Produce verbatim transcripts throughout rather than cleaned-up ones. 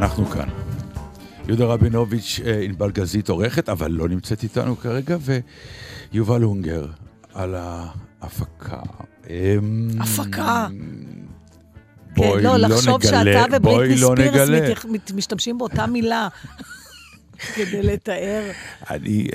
אנחנו כאן. יהודה רבינוביץ', ענבל גזית עורכת, אבל לא נמצאת איתנו כרגע, ויובל הונגר על ההפקה. הפקה. בואי לא, לא לחשוב נגלה, שאתה ובריטני לא ספירס נגלה. מת- מת- משתמשים באותה מילה כדי לתאר. אני,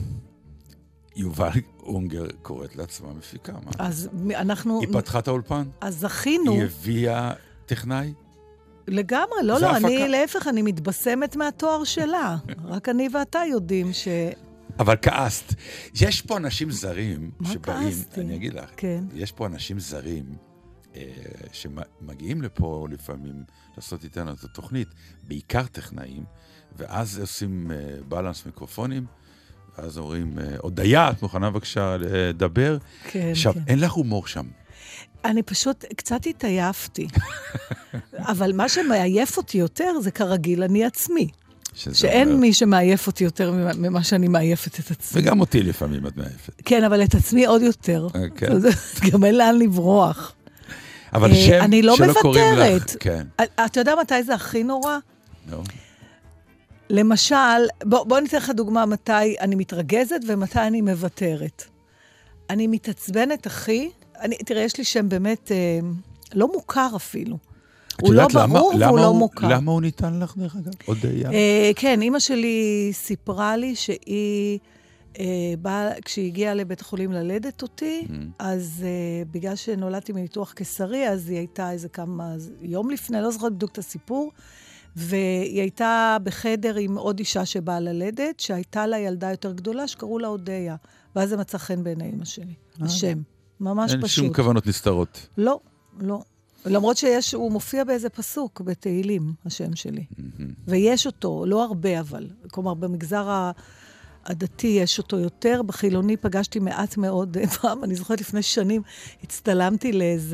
יובל הונגר קוראת לעצמה מפיקה. מה? אז אנחנו... היא פתחה את האולפן? אז זכינו... היא הביאה טכנאי? לגמרי, לא, זה לא, הפקה. אני להפך, אני מתבשמת מהתואר שלה. רק אני ואתה יודעים ש... אבל כעסת. יש פה אנשים זרים מה שבאים, כעסתי? אני אגיד לך, כן. יש פה אנשים זרים אה, שמגיעים לפה לפעמים לעשות איתנו את התוכנית, בעיקר טכנאים, ואז עושים אה, בלנס מיקרופונים, ואז אומרים, אה, הודיה, את מוכנה בבקשה לדבר? כן, עכשיו, כן. אין לך הומור שם. אני פשוט קצת התעייפתי. אבל מה שמעייף אותי יותר זה כרגיל אני עצמי. שאין אומר... מי שמעייף אותי יותר ממה, ממה שאני מעייפת את עצמי. וגם אותי לפעמים את מעייפת. כן, אבל את עצמי עוד יותר. כן. גם אין לאן לברוח. אבל שם אני לא שלא קוראים לך. מוותרת. כן. אתה יודע מתי זה הכי נורא? לא. למשל, בוא, בוא ניתן לך דוגמה מתי אני מתרגזת ומתי אני מוותרת. אני מתעצבנת הכי, אני, תראה, יש לי שם באמת אה, לא מוכר אפילו. הוא לא ברור והוא לא מוכר. למה הוא ניתן לך דרך אגב? הודיה? אה, כן, אמא שלי סיפרה לי שהיא, אה, בא, כשהיא הגיעה לבית החולים ללדת אותי, mm. אז אה, בגלל שנולדתי מניתוח קיסרי, אז היא הייתה איזה כמה, יום לפני, לא זוכרת בדיוק את הסיפור, והיא הייתה בחדר עם עוד אישה שבאה ללדת, שהייתה לה ילדה יותר גדולה, שקראו לה הודיה. ואז זה מצא חן בעיני אמא שלי. השם. ממש פשוט. אין שום כוונות נסתרות. לא, לא. למרות שיש, הוא מופיע באיזה פסוק, בתהילים, השם שלי. ויש אותו, לא הרבה אבל. כלומר, במגזר הדתי יש אותו יותר. בחילוני פגשתי מעט מאוד פעם. אני זוכרת לפני שנים, הצטלמתי לאיזה...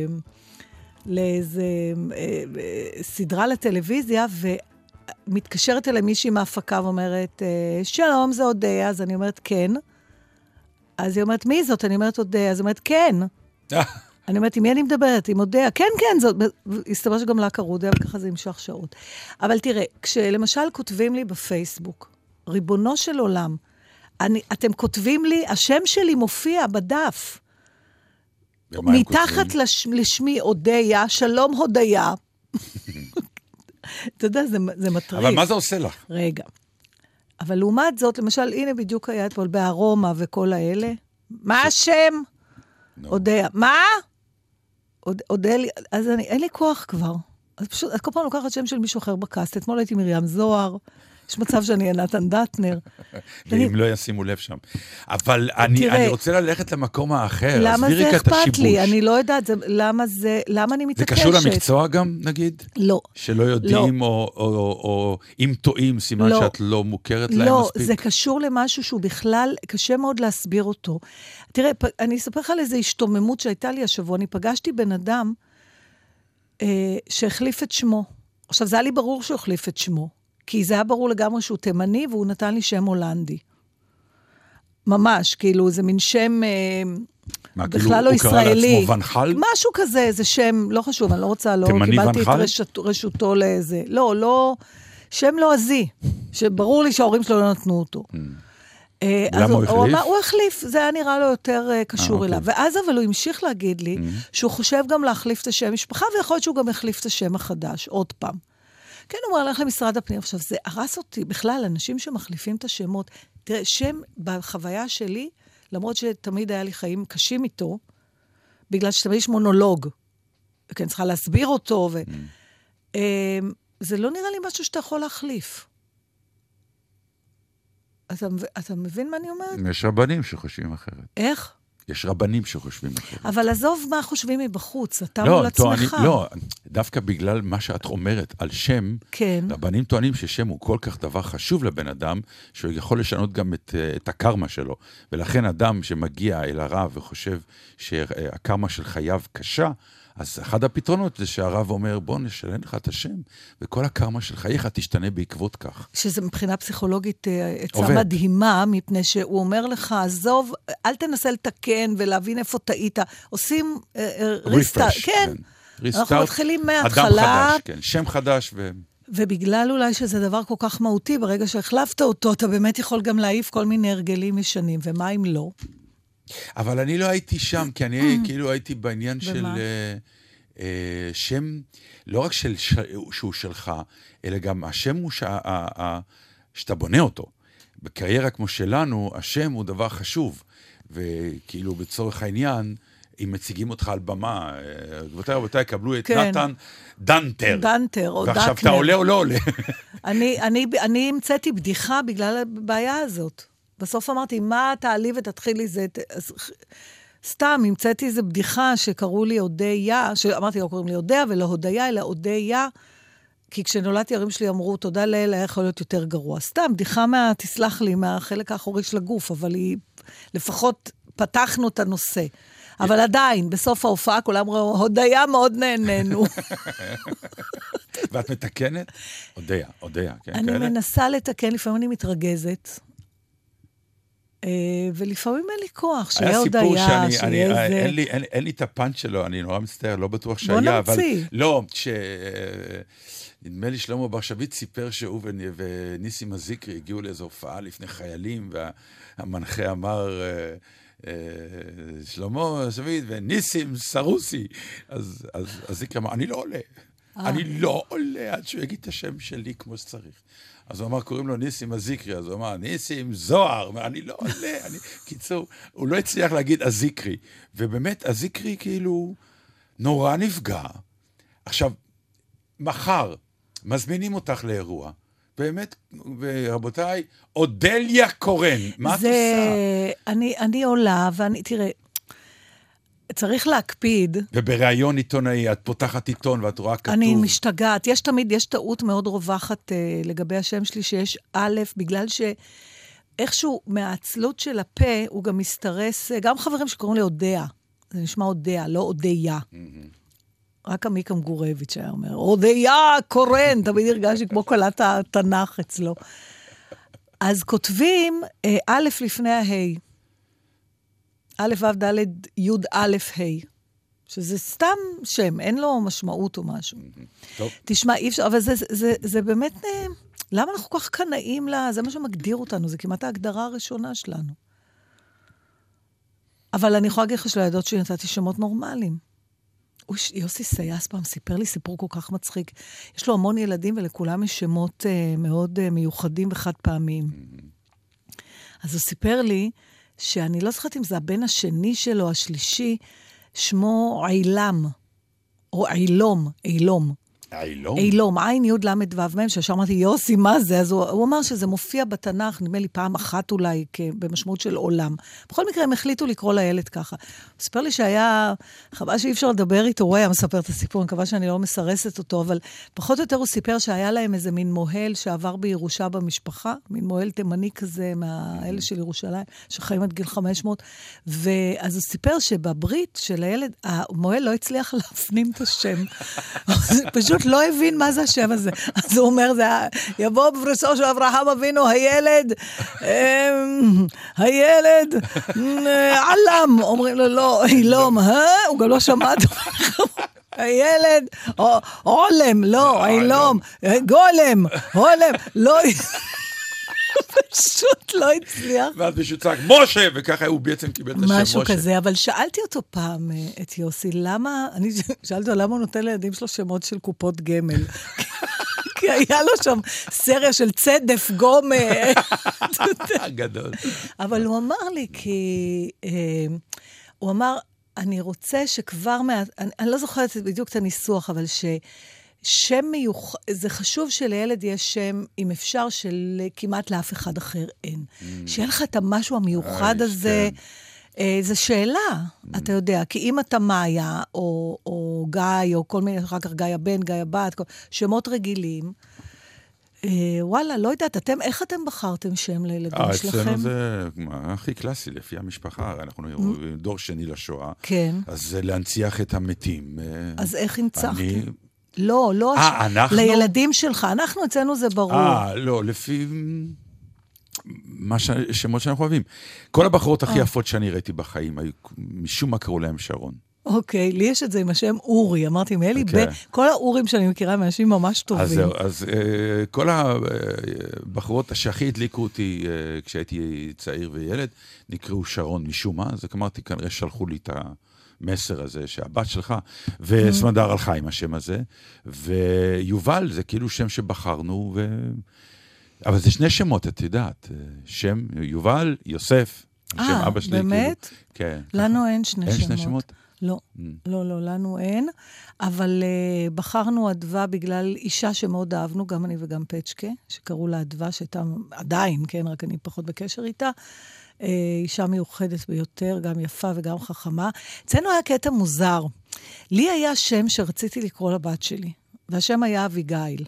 לאיזה אה, אה, סדרה לטלוויזיה, ומתקשרת אליי מישהי מההפקה ואומרת, אה, שלום, זה הודיה. אז אני אומרת, כן. אז היא אומרת, מי זאת? אני אומרת, הודיה. אז היא אומרת, כן. אני אומרת, עם מי אני מדברת? עם הודיה. כן, כן, זאת. הסתבר שגם לה קראו הודיה, וככה זה ימשך שעות. אבל תראה, כשלמשל כותבים לי בפייסבוק, ריבונו של עולם, אני, אתם כותבים לי, השם שלי מופיע בדף. מתחת לש, לשמי הודיה, שלום הודיה. אתה יודע, זה, זה מטריף. אבל מה זה עושה לך? רגע. אבל לעומת זאת, למשל, הנה בדיוק היה אתמול בארומה וכל האלה. מה השם? הודיה. מה? הודיה, אז אני, אין לי כוח כבר. אז פשוט, את כל פעם לוקחת שם של מישהו אחר בקאסט. אתמול הייתי מרים זוהר. יש מצב שאני אהיה נתן דטנר. ואם לא ישימו לב שם. אבל אני רוצה ללכת למקום האחר. למה זה אכפת לי? אני לא יודעת, למה זה, למה אני מתעקשת? זה קשור למקצוע גם, נגיד? לא. שלא יודעים, או אם טועים, סימן שאת לא מוכרת להם מספיק? לא, זה קשור למשהו שהוא בכלל, קשה מאוד להסביר אותו. תראה, אני אספר לך על איזו השתוממות שהייתה לי השבוע. אני פגשתי בן אדם שהחליף את שמו. עכשיו, זה היה לי ברור שהוא החליף את שמו. כי זה היה ברור לגמרי שהוא תימני, והוא נתן לי שם הולנדי. ממש, כאילו, זה מין שם מה, בכלל כאילו, לא הוא ישראלי. קרא לעצמו ונחל? משהו כזה, זה שם, לא חשוב, אני לא רוצה, לא תימני קיבלתי ונחל? את רשות, רשותו לאיזה. לא, לא, שם לא עזי, שברור לי שההורים שלו לא נתנו אותו. למה הוא החליף? הוא החליף, זה היה נראה לו יותר קשור אליו. ואז אבל הוא המשיך להגיד לי, שהוא חושב גם להחליף את השם משפחה, ויכול להיות שהוא גם החליף את השם החדש, עוד פעם. כן, הוא הולך למשרד הפנים. עכשיו, זה הרס אותי בכלל, אנשים שמחליפים את השמות. תראה, שם בחוויה שלי, למרות שתמיד היה לי חיים קשים איתו, בגלל שתמיד יש מונולוג. כן, צריכה להסביר אותו, ו... Mm. זה לא נראה לי משהו שאתה יכול להחליף. אתה, אתה מבין מה אני אומרת? יש רבנים שחושבים אחרת. איך? יש רבנים שחושבים אחרת. אבל עזוב מה חושבים מבחוץ, אתה לא, מול עצמך. אני, לא, דווקא בגלל מה שאת אומרת על שם, כן. רבנים טוענים ששם הוא כל כך דבר חשוב לבן אדם, שהוא יכול לשנות גם את, את הקרמה שלו. ולכן אדם שמגיע אל הרב וחושב שהקרמה של חייו קשה, אז אחד הפתרונות זה שהרב אומר, בוא נשלם לך את השם, וכל הקרמה של חייך תשתנה בעקבות כך. שזה מבחינה פסיכולוגית עצה מדהימה, מפני שהוא אומר לך, עזוב, אל תנסה לתקן ולהבין איפה טעית. עושים ריסטארט, כן. אנחנו מתחילים מההתחלה. אדם חדש, כן. שם חדש ו... ובגלל אולי שזה דבר כל כך מהותי, ברגע שהחלפת אותו, אתה באמת יכול גם להעיף כל מיני הרגלים ישנים, ומה אם לא? אבל אני לא הייתי שם, כי אני כאילו הייתי בעניין של uh, uh, שם, לא רק של, ש... שהוא שלך, אלא גם השם הוא ש... ה... ה... שאתה בונה אותו. בקריירה כמו שלנו, השם הוא דבר חשוב, וכאילו בצורך העניין, אם מציגים אותך על במה, גבירותיי רבותיי, קבלו את כן. נתן דנטר. דנטר או דקנר. ועכשיו אתה עולה או לא עולה? אני, אני, אני המצאתי בדיחה בגלל הבעיה הזאת. בסוף אמרתי, מה תעלי ותתחיל לי זה... סתם, המצאתי איזו בדיחה שקראו לי הודיה, שאמרתי, לא קוראים לי הודיה ולא הודיה, אלא הודיה, כי כשנולדתי ההורים שלי אמרו, תודה לאל, היה יכול להיות יותר גרוע. סתם, בדיחה מה, תסלח לי, מהחלק האחורי של הגוף, אבל היא, לפחות פתחנו את הנושא. אבל עדיין, בסוף ההופעה, כולם ראו, הודיה מאוד נהנינו. ואת מתקנת? הודיה, הודיה, כן, אני כאלה? מנסה לתקן, לפעמים אני מתרגזת, ולפעמים אין לי כוח, שיהיה הודיה, שיהיה זה... אין לי, אין, אין לי את הפאנץ' שלו, אני נורא מצטער, לא בטוח שהיה, בוא נמציא. אבל... לא, ש... נדמה לי שלמה ברשבית סיפר שהוא וניסים הזיקרי הגיעו לאיזו הופעה לפני חיילים, והמנחה אמר... שלמה שביט וניסים סרוסי, אז הזיקרי אמר, אני לא עולה, אני לא עולה עד שהוא יגיד את השם שלי כמו שצריך. אז הוא אמר, קוראים לו ניסים הזיקרי, אז הוא אמר, ניסים זוהר, אני לא עולה, קיצור, הוא לא הצליח להגיד הזיקרי, ובאמת הזיקרי כאילו נורא נפגע. עכשיו, מחר מזמינים אותך לאירוע, באמת, ורבותיי, אודליה קורן, מה את עושה? אני, אני עולה, ואני, תראה, צריך להקפיד. ובראיון עיתונאי, את פותחת עיתון ואת רואה כתוב. אני משתגעת. יש תמיד, יש טעות מאוד רווחת אה, לגבי השם שלי, שיש א', בגלל שאיכשהו מהעצלות של הפה, הוא גם מסתרס, גם חברים שקוראים לי הודיה. זה נשמע הודיה, לא הודיה. Mm-hmm. רק עמיקה מגורביץ' היה אומר, הודיה קורן, תמיד הרגשתי כמו קולת התנ"ך אצלו. אז כותבים א' לפני ההי. א' ו' ד' י' א' ה'. שזה סתם שם, אין לו משמעות או משהו. טוב. תשמע, אי אפשר, אבל זה, זה, זה, זה באמת, למה אנחנו כל כך קנאים לה? זה מה שמגדיר אותנו, זה כמעט ההגדרה הראשונה שלנו. אבל אני יכולה להגיד לך שלא ידעות שנתתי שמות נורמליים. יוסי סייס פעם סיפר לי סיפור כל כך מצחיק. יש לו המון ילדים ולכולם יש שמות uh, מאוד uh, מיוחדים וחד פעמיים. Mm-hmm. אז הוא סיפר לי שאני לא זוכרת אם זה הבן השני שלו, השלישי, שמו עילם, או עילום, עילום. עילום? עילום, עין י' למד ו' מ', ששם אמרתי, יוסי, מה זה? אז הוא, הוא אמר שזה מופיע בתנ"ך, נדמה לי פעם אחת אולי, במשמעות של עולם. בכל מקרה, הם החליטו לקרוא לילד ככה. הוא סיפר לי שהיה, חבל שאי אפשר לדבר איתו, הוא היה מספר את הסיפור, אני מקווה שאני לא מסרסת אותו, אבל פחות או יותר הוא סיפר שהיה להם איזה מין מוהל שעבר בירושה במשפחה, מין מוהל תימני כזה, מהאלה של ירושלים, שחיים עד גיל חמש מאות, ואז הוא סיפר שבברית של הילד, המוהל לא הצליח להפנים את השם. פשוט לא הבין מה זה השם הזה. אז הוא אומר, זה יבוא בפרסו של אברהם אבינו, הילד, הילד, עלם. אומרים לו, לא, אילום, הוא גם לא שמע את הילד, עולם, לא, אילום, גולם, עולם, לא... פשוט לא הצליח. ואז מישהו צעק, משה, וככה הוא בעצם קיבל את השם משה. משהו כזה, אבל שאלתי אותו פעם, את יוסי, למה, אני שאלתי אותו, למה הוא נותן לילדים שלו שמות של קופות גמל? כי היה לו שם סריה של צדף, גומה. גדול. אבל הוא אמר לי, כי הוא אמר, אני רוצה שכבר, אני לא זוכרת בדיוק את הניסוח, אבל ש... שם מיוחד, זה חשוב שלילד יש שם, אם אפשר, שכמעט לאף אחד אחר אין. Mm. שיהיה לך את המשהו המיוחד הזה, כן. אה, זו שאלה, mm. אתה יודע, כי אם אתה מאיה, או, או גיא, או כל מיני, אחר כך גיא הבן, גיא הבת, כל, שמות רגילים, אה, וואלה, לא יודעת, אתם, איך אתם בחרתם שם לילדים אה, שלכם? אצלנו זה הכי קלאסי, לפי המשפחה, אנחנו mm. דור שני לשואה, כן. אז להנציח את המתים. אז איך הנצחתם? אני... לא, לא, 아, אנחנו... לילדים שלך. אנחנו אצלנו זה ברור. אה, לא, לפי מה ש... שמות שאנחנו אוהבים. כל הבחורות הכי יפות שאני ראיתי בחיים, משום מה קראו להם שרון. אוקיי, לי יש את זה עם השם אורי, אמרתי, מאלי, כל האורים שאני מכירה הם אנשים ממש טובים. אז זהו, אז כל הבחורות שהכי הדליקו אותי כשהייתי צעיר וילד, נקראו שרון משום מה, אז אמרתי, כנראה שלחו לי את המסר הזה, שהבת שלך, וסמדר הלכה עם השם הזה, ויובל זה כאילו שם שבחרנו, אבל זה שני שמות, את יודעת, שם יובל, יוסף, שם אבא שלי. באמת? כן. לנו אין שני שמות. אין שני שמות? לא, לא, לא, לנו אין, אבל uh, בחרנו אדווה בגלל אישה שמאוד אהבנו, גם אני וגם פצ'קה, שקראו לה אדווה, שהייתה עדיין, כן, רק אני פחות בקשר איתה, uh, אישה מיוחדת ביותר, גם יפה וגם חכמה. אצלנו היה קטע מוזר. לי היה שם שרציתי לקרוא לבת שלי, והשם היה אביגיל.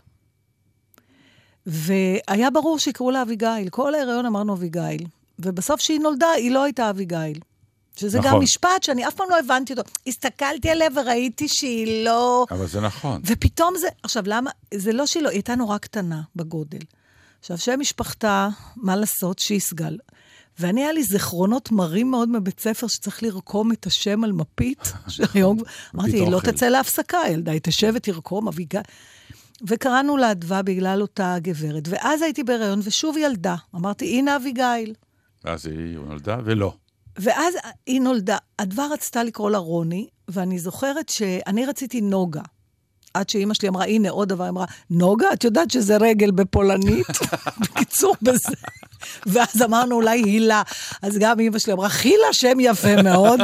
והיה ברור שיקראו לה אביגיל, כל ההיריון אמרנו אביגיל, ובסוף שהיא נולדה, היא לא הייתה אביגיל. שזה נכון. גם משפט שאני אף פעם לא הבנתי אותו. הסתכלתי עליה וראיתי שהיא לא... אבל זה נכון. ופתאום זה... עכשיו, למה? זה לא שהיא לא... היא הייתה נורא קטנה בגודל. עכשיו, שם משפחתה, מה לעשות? שיסגל. ואני היה לי זיכרונות מרים מאוד מבית ספר שצריך לרקום את השם על מפית. שהיום... אמרתי, היא לא תצא להפסקה, ילדה, היא תשב ותרקום, אביגיל. וקראנו לה אדווה בגלל אותה גברת. ואז הייתי בהיריון ושוב ילדה. אמרתי, הנה אביגיל. אז היא נולדה ולא. ואז היא נולדה, אדווה רצתה לקרוא לה רוני, ואני זוכרת שאני רציתי נוגה. עד שאמא שלי אמרה, הנה עוד דבר, אמרה, נוגה? את יודעת שזה רגל בפולנית? בקיצור בזה. ואז אמרנו, אולי הילה. אז גם אמא שלי אמרה, חילה, שם יפה מאוד.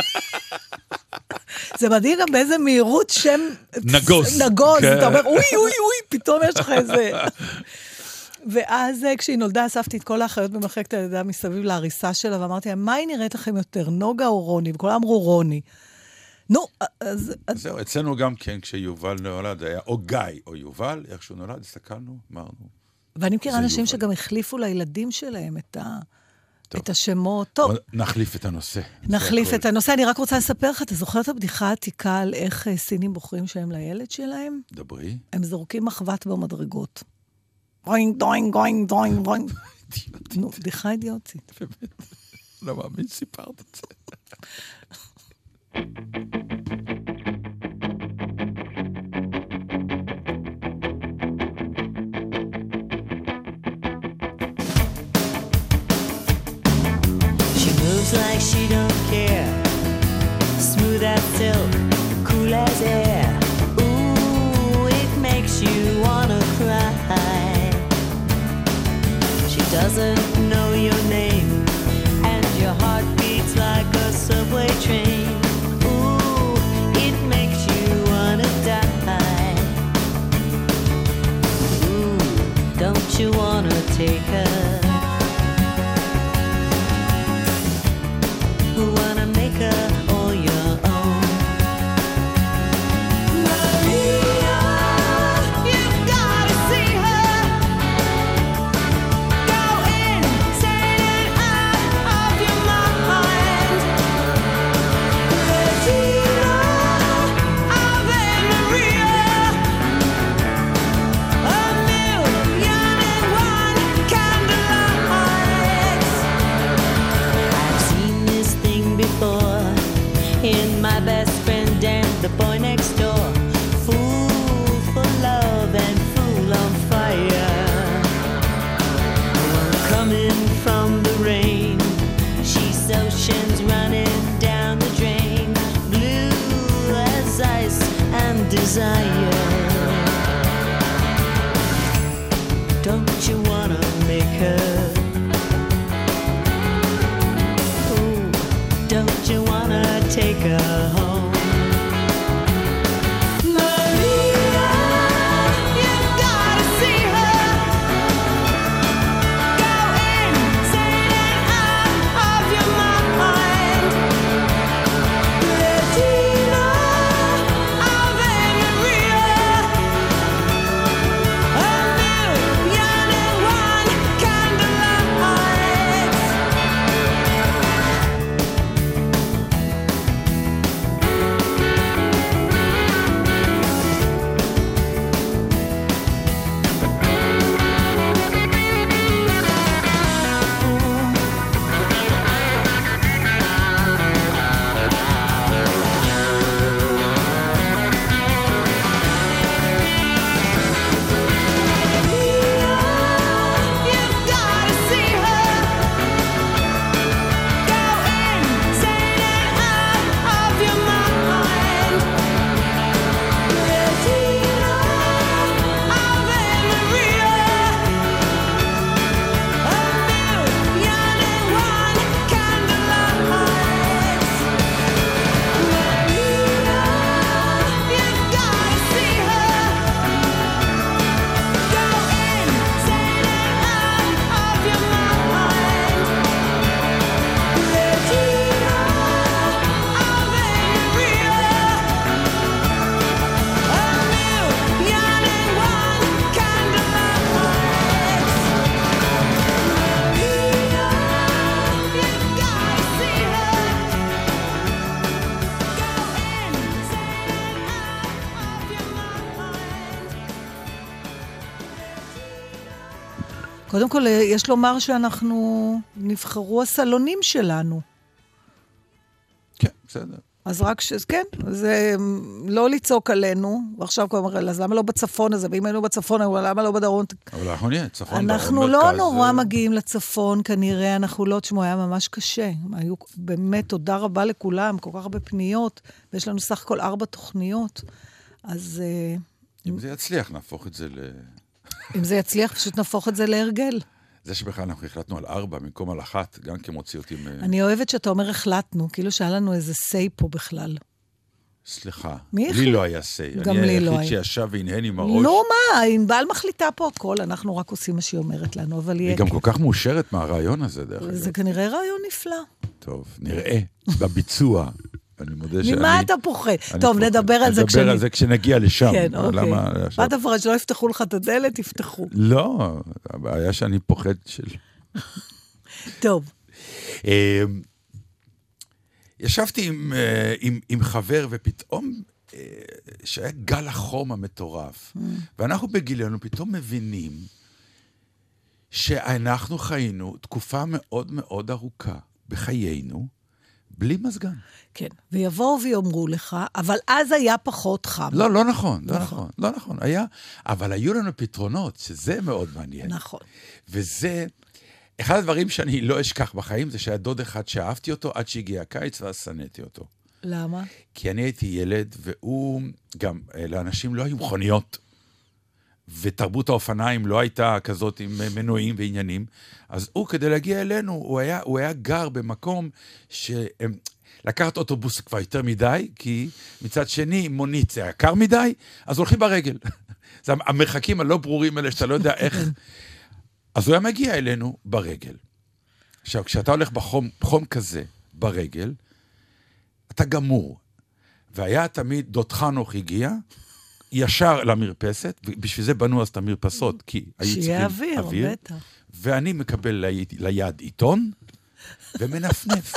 זה מדהים גם באיזה מהירות שם... נגוז. נגוז, אתה אומר, אוי, אוי, אוי, פתאום יש לך איזה... ואז כשהיא נולדה, אספתי את כל האחיות במחלקת הלידה מסביב להריסה שלה, ואמרתי להם, מה היא נראית לכם יותר, נוגה או רוני? וכולם אמרו רוני. נו, אז... זהו, אצלנו גם כן, כשיובל נולד, היה או גיא או יובל, איך שהוא נולד, הסתכלנו, אמרנו. ואני מכיר אנשים שגם החליפו לילדים שלהם את ה... את השמות. טוב. נחליף את הנושא. נחליף את הנושא. אני רק רוצה לספר לך, אתה זוכר את הבדיחה העתיקה על איך סינים בוחרים שם לילד שלהם? דברי. הם זורקים מחבת במדרגות. גוינג, דוינג, גוינג, דוינג, גוינג. נו, בדיחה אידיוטית. באמת. לא מאמין, סיפרת את זה. Like she don't care, smooth as silk, cool as air. Ooh, it makes you wanna cry. She doesn't know your name, and your heart beats like a subway train. Ooh, it makes you wanna die. Ooh, don't you wanna take her? Wanna make her all your own. Maria, you've gotta see her. Go insane and out of your mind. Regina, Ave Maria. A million and one candlelights. I've seen this before in my best friend and the boy next door. Fool for love and fool on fire. One coming from the rain. She's oceans running down the drain. Blue as ice and desire. Don't you wanna make her? Don't you wanna take her home? Maria, you've gotta see her. Go insane and out of your mind. Regina, Ave Maria. A million and one candlelights. קודם כל, יש לומר שאנחנו נבחרו הסלונים שלנו. כן, בסדר. אז רק ש... כן, זה לא לצעוק עלינו, ועכשיו כבר אומר, אז למה לא בצפון הזה? ואם היינו בצפון, למה לא בדרום? אבל אנחנו נהיה, צפון, דרום, מרכז. אנחנו לא נורא מגיעים לצפון, כנראה, אנחנו לא, תשמעו, היה ממש קשה. היו באמת, תודה רבה לכולם, כל כך הרבה פניות, ויש לנו סך הכל ארבע תוכניות. אז... אם זה יצליח, נהפוך את זה ל... אם זה יצליח, פשוט נהפוך את זה להרגל. זה שבכלל אנחנו החלטנו על ארבע, במקום על אחת, גם כמוציא אותי... אני אוהבת שאתה אומר החלטנו, כאילו שהיה לנו איזה סי פה בכלל. סליחה, מי לי לא היה סי. גם לי לא היה. אני היחיד שישב והנהן עם הראש. לא מה, ענבל מחליטה פה הכל, אנחנו רק עושים מה שהיא אומרת לנו, אבל יהיה... היא גם כל כך מאושרת מהרעיון הזה, דרך אגב. זה כנראה רעיון נפלא. טוב, נראה בביצוע. אני מודה שאני... ממה אתה פוחד? טוב, נדבר על זה כשנגיע. נדבר על זה כשנגיע לשם. כן, אוקיי. מה אתה פוחד? שלא יפתחו לך את הדלת, יפתחו. לא, הבעיה שאני פוחד של... טוב. ישבתי עם, עם, עם חבר, ופתאום שהיה גל החום המטורף, ואנחנו בגילנו פתאום מבינים שאנחנו חיינו תקופה מאוד מאוד ארוכה בחיינו, בלי מזגן. כן, ויבואו ויאמרו לך, אבל אז היה פחות חם. לא, לא נכון, לא נכון, לא נכון. היה, אבל היו לנו פתרונות, שזה מאוד מעניין. נכון. וזה... אחד הדברים שאני לא אשכח בחיים, זה שהיה דוד אחד שאהבתי אותו עד שהגיע הקיץ, ואז שנאתי אותו. למה? כי אני הייתי ילד, והוא גם, לאנשים לא היו מכוניות, ותרבות האופניים לא הייתה כזאת עם מנועים ועניינים, אז הוא, כדי להגיע אלינו, הוא היה, הוא היה גר במקום שהם... לקחת אוטובוס כבר יותר מדי, כי מצד שני, מונית זה יקר מדי, אז הולכים ברגל. זה המרחקים הלא ברורים האלה, שאתה לא יודע איך... אז הוא היה מגיע אלינו ברגל. עכשיו, כשאתה הולך בחום, בחום כזה, ברגל, אתה גמור. והיה תמיד, דוד חנוך הגיע, ישר למרפסת, ובשביל זה בנו אז את המרפסות, כי היו צריכים אוויר. אוויר, בטח. ואני מקבל לי, ליד עיתון, ומנפנף.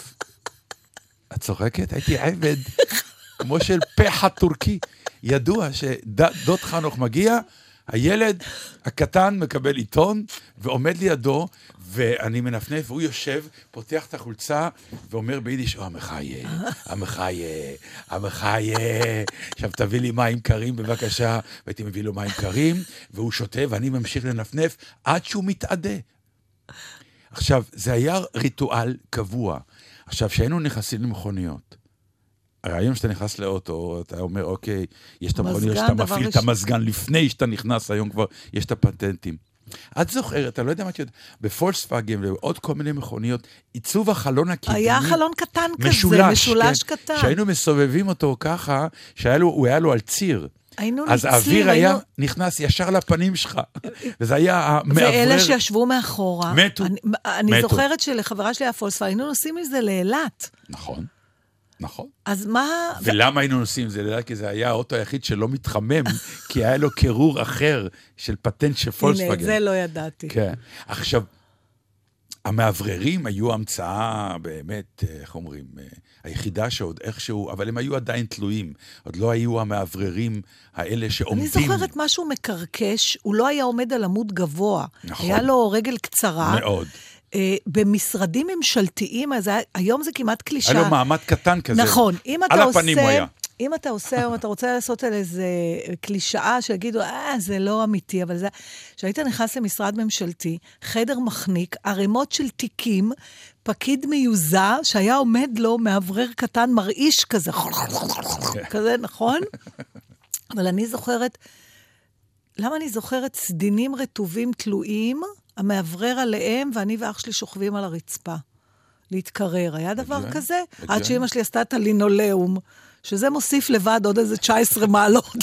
את צוחקת? הייתי עבד, כמו של פחה טורקי. ידוע שדוד חנוך מגיע, הילד הקטן מקבל עיתון, ועומד לידו, ואני מנפנף, והוא יושב, פותח את החולצה, ואומר ביידיש, או, המחיה, המחיה, המחיה, עכשיו תביא לי מים קרים בבקשה, והייתי מביא לו מים קרים, והוא שותה, ואני ממשיך לנפנף, עד שהוא מתעדה. עכשיו, זה היה ריטואל קבוע. עכשיו, שהיינו נכנסים למכוניות, הרעיון שאתה נכנס לאוטו, אתה אומר, אוקיי, יש את המכוניות שאתה מפעיל את המזגן לפני שאתה נכנס, היום כבר יש את הפטנטים. את זוכרת, אתה לא יודע מה את יודעת, בפולקסווגן ועוד כל מיני מכוניות, עיצוב החלון הקדמי, היה חלון קטן כזה, משולש, משולש כן, קטן. שהיינו מסובבים אותו ככה, שהוא היה לו על ציר. היינו אז ניצלים, האוויר היה היינו... נכנס ישר לפנים שלך, וזה היה המעברר. ואלה שישבו מאחורה, מתו. אני, אני מתו. זוכרת שלחברה שלי הפולקסווגן, היינו נוסעים מזה לאילת. נכון. נכון. אז מה... ולמה היינו נוסעים? זה לדעת, כי זה היה האוטו היחיד שלא מתחמם, כי היה לו קירור אחר של פטנט של פולקסווגן. הנה, את זה לא ידעתי. כן. עכשיו, המעבררים היו המצאה באמת, איך אומרים, היחידה שעוד איכשהו, אבל הם היו עדיין תלויים. עוד לא היו המעבררים האלה שעומדים. אני זוכרת משהו מקרקש, הוא לא היה עומד על עמוד גבוה. נכון. היה לו רגל קצרה. מאוד. במשרדים ממשלתיים, אז היום זה כמעט קלישה. היה לו מעמד קטן כזה. נכון. על הפנים הוא היה. אם אתה עושה, אם אתה רוצה לעשות על איזה קלישאה, שיגידו, אה, זה לא אמיתי, אבל זה... שהיית נכנס למשרד ממשלתי, חדר מחניק, ערימות של תיקים, פקיד מיוזע, שהיה עומד לו מאוורר קטן, מרעיש כזה, כזה, נכון? אבל אני זוכרת, למה אני זוכרת סדינים רטובים תלויים, המאוורר עליהם, ואני ואח שלי שוכבים על הרצפה. להתקרר. היה דבר כזה? עד שאמא שלי עשתה את הלינולאום, שזה מוסיף לבד עוד איזה תשע עשרה מעלות.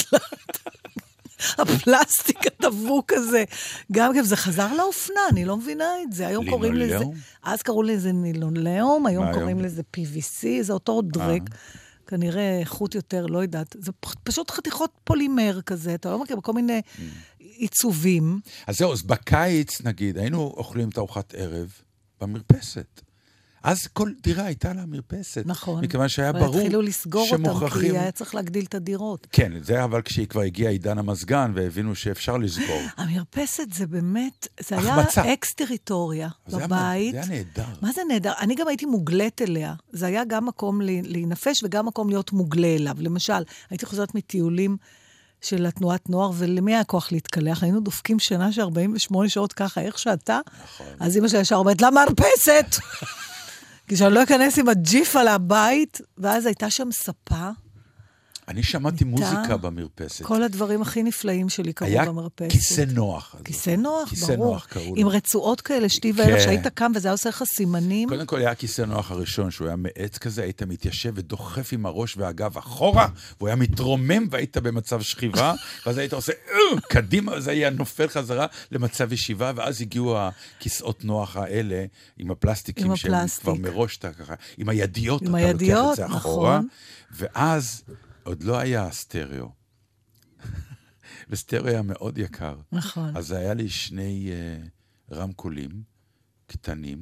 הפלסטיק הדבוק הזה. גם כן, זה חזר לאופנה, אני לא מבינה את זה. היום קוראים לזה... אז קראו לזה לינולאום, היום קוראים לזה פי וי סי, זה אותו דרק. כנראה איכות יותר, לא יודעת. זה פשוט חתיכות פולימר כזה, אתה לא מכיר, בכל מיני עיצובים. אז זהו, אז בקיץ, נגיד, היינו אוכלים את ארוחת ערב במרפסת. אז כל דירה הייתה לה מרפסת. נכון. מכיוון שהיה ברור התחילו לסגור שמוכרחים... אותם, כי היה צריך להגדיל את הדירות. כן, זה היה אבל כשהיא כבר הגיעה עידן המזגן, והבינו שאפשר לסגור. המרפסת זה באמת, זה היה החמצה. אקס-טריטוריה זה היה- בבית. זה היה נהדר. מה זה נהדר? אני גם הייתי מוגלת אליה. זה היה גם מקום לה- להינפש וגם מקום להיות מוגלה אליו. למשל, הייתי חוזרת מטיולים של התנועת נוער, ולמי היה כוח להתקלח? היינו דופקים שנה של ארבעים ושמונה שעות ככה, איך שאתה? נכון. אז אמא שלי ישר אומרת, למרפסת! כי שאני לא אכנס עם הג'יף על הבית, ואז הייתה שם ספה, אני שמעתי מיטה, מוזיקה במרפסת. כל הדברים הכי נפלאים שלי קרו היה במרפסת. כיסא נוח. אז כיסא נוח, כיסא ברור. נוח קראו עם לו. רצועות כאלה, שתי וערב, כן. שהיית קם וזה היה עושה לך סימנים. קודם כל היה כיסא נוח הראשון, שהוא היה מעץ כזה, היית מתיישב ודוחף עם הראש והגב אחורה, והוא היה מתרומם והיית במצב שכיבה, ואז היית עושה "אה", קדימה, וזה היה נופל חזרה למצב ישיבה, ואז הגיעו הכיסאות נוח האלה, עם הפלסטיקים, עם שהם הפלסטיק. כבר מראש אתה ככה, עם הידיות, עם אתה הידיות, לוקח את זה אחורה, נכון. ואז עוד לא היה סטריאו. וסטריאו היה מאוד יקר. נכון. אז היה לי שני uh, רמקולים קטנים,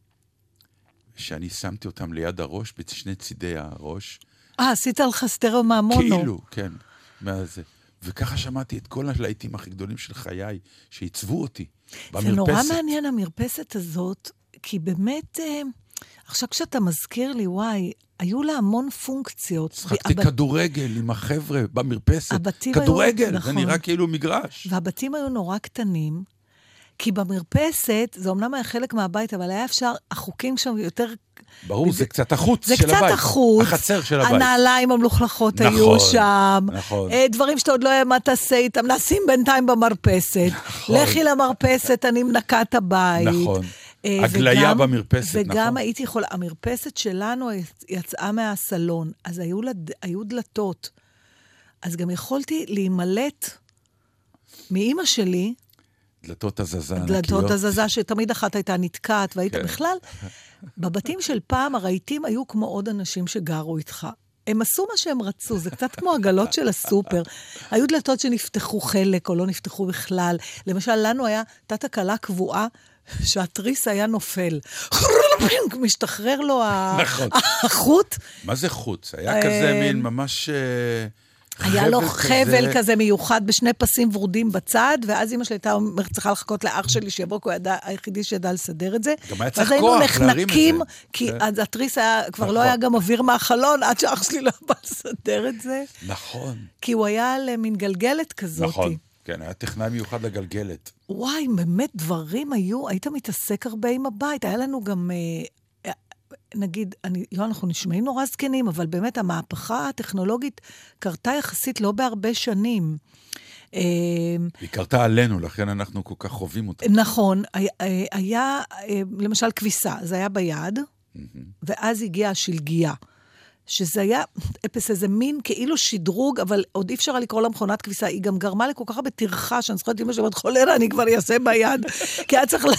שאני שמתי אותם ליד הראש, בשני צידי הראש. אה, עשית לך סטריאו מהמונו. כאילו, כן. מהזה. וככה שמעתי את כל הלהיטים הכי גדולים של חיי, שעיצבו אותי במרפסת. זה נורא מעניין המרפסת הזאת, כי באמת, אה, עכשיו כשאתה מזכיר לי, וואי, היו לה המון פונקציות. שחקתי והב- כדורגל עם החבר'ה במרפסת. הבתים היו- כדורגל, זה נכון. נראה כאילו מגרש. והבתים היו נורא קטנים, כי במרפסת, זה אומנם היה חלק מהבית, אבל היה אפשר, החוקים שם יותר... ברור, זה קצת החוץ זה של קצת הבית. החוץ. החצר של הבית. הנעליים המלוכלכות נכון, היו שם. נכון. אה, דברים שאתה עוד לא יודע מה תעשה איתם. נשים בינתיים במרפסת. נכון. לכי למרפסת, אני מנקה את הבית. נכון. אה, הגליה וגם- במרפסת, וגם נכון. הייתי יכולה, המרפסת שלנו יצאה מהסלון, אז היו, לד... היו דלתות. אז גם יכולתי להימלט מאמא שלי, דלתות הזזה ענקיות. דלתות הזזה, שתמיד אחת הייתה נתקעת, והיית כן. בכלל, בבתים של פעם, הרהיטים היו כמו עוד אנשים שגרו איתך. הם עשו מה שהם רצו, זה קצת כמו עגלות של הסופר. היו דלתות שנפתחו חלק או לא נפתחו בכלל. למשל, לנו היה תת הקלה קבועה, שהתריס היה נופל. משתחרר לו ה- נכון. החוט. מה זה חוץ? היה כזה מין ממש אה, היה לו חבל חבל כזה מיוחד בשני פסים ורודים בצד, ואז אמא שלי הייתה אומרת, צריכה לחכות לאח שלי שיבוא, כי הוא ידע, היחידי שידע לסדר את זה. גם היה צריך ואז כוח היינו להרים את נחנקים, זה. כי כן. אז התריס היה, כבר נכון. לא היה גם אוויר מהחלון, עד שאח שלי לא בא לסדר את זה. נכון, כי הוא היה על מין גלגלת כזאת. נכון. כן, היה טכנאי מיוחד לגלגלת. וואי, באמת דברים היו, היית מתעסק הרבה עם הבית. היה לנו גם, אה, נגיד, אני, לא, אנחנו נשמעים נורא זקנים, אבל באמת המהפכה הטכנולוגית קרתה יחסית לא בהרבה שנים. אה, היא קרתה עלינו, לכן אנחנו כל כך חווים אותה. נכון, היה, היה, אה, למשל כביסה, זה היה ביד, ואז הגיעה השלגיה. שזה היה, אפס איזה מין כאילו שדרוג, אבל עוד אי אפשר היה לקרוא לה מכונת כביסה, היא גם גרמה לכל כך הרבה תרחה, שאני זוכרת אמא שאומרת, חולרה, אני כבר אעשה ביד, כי היה צריך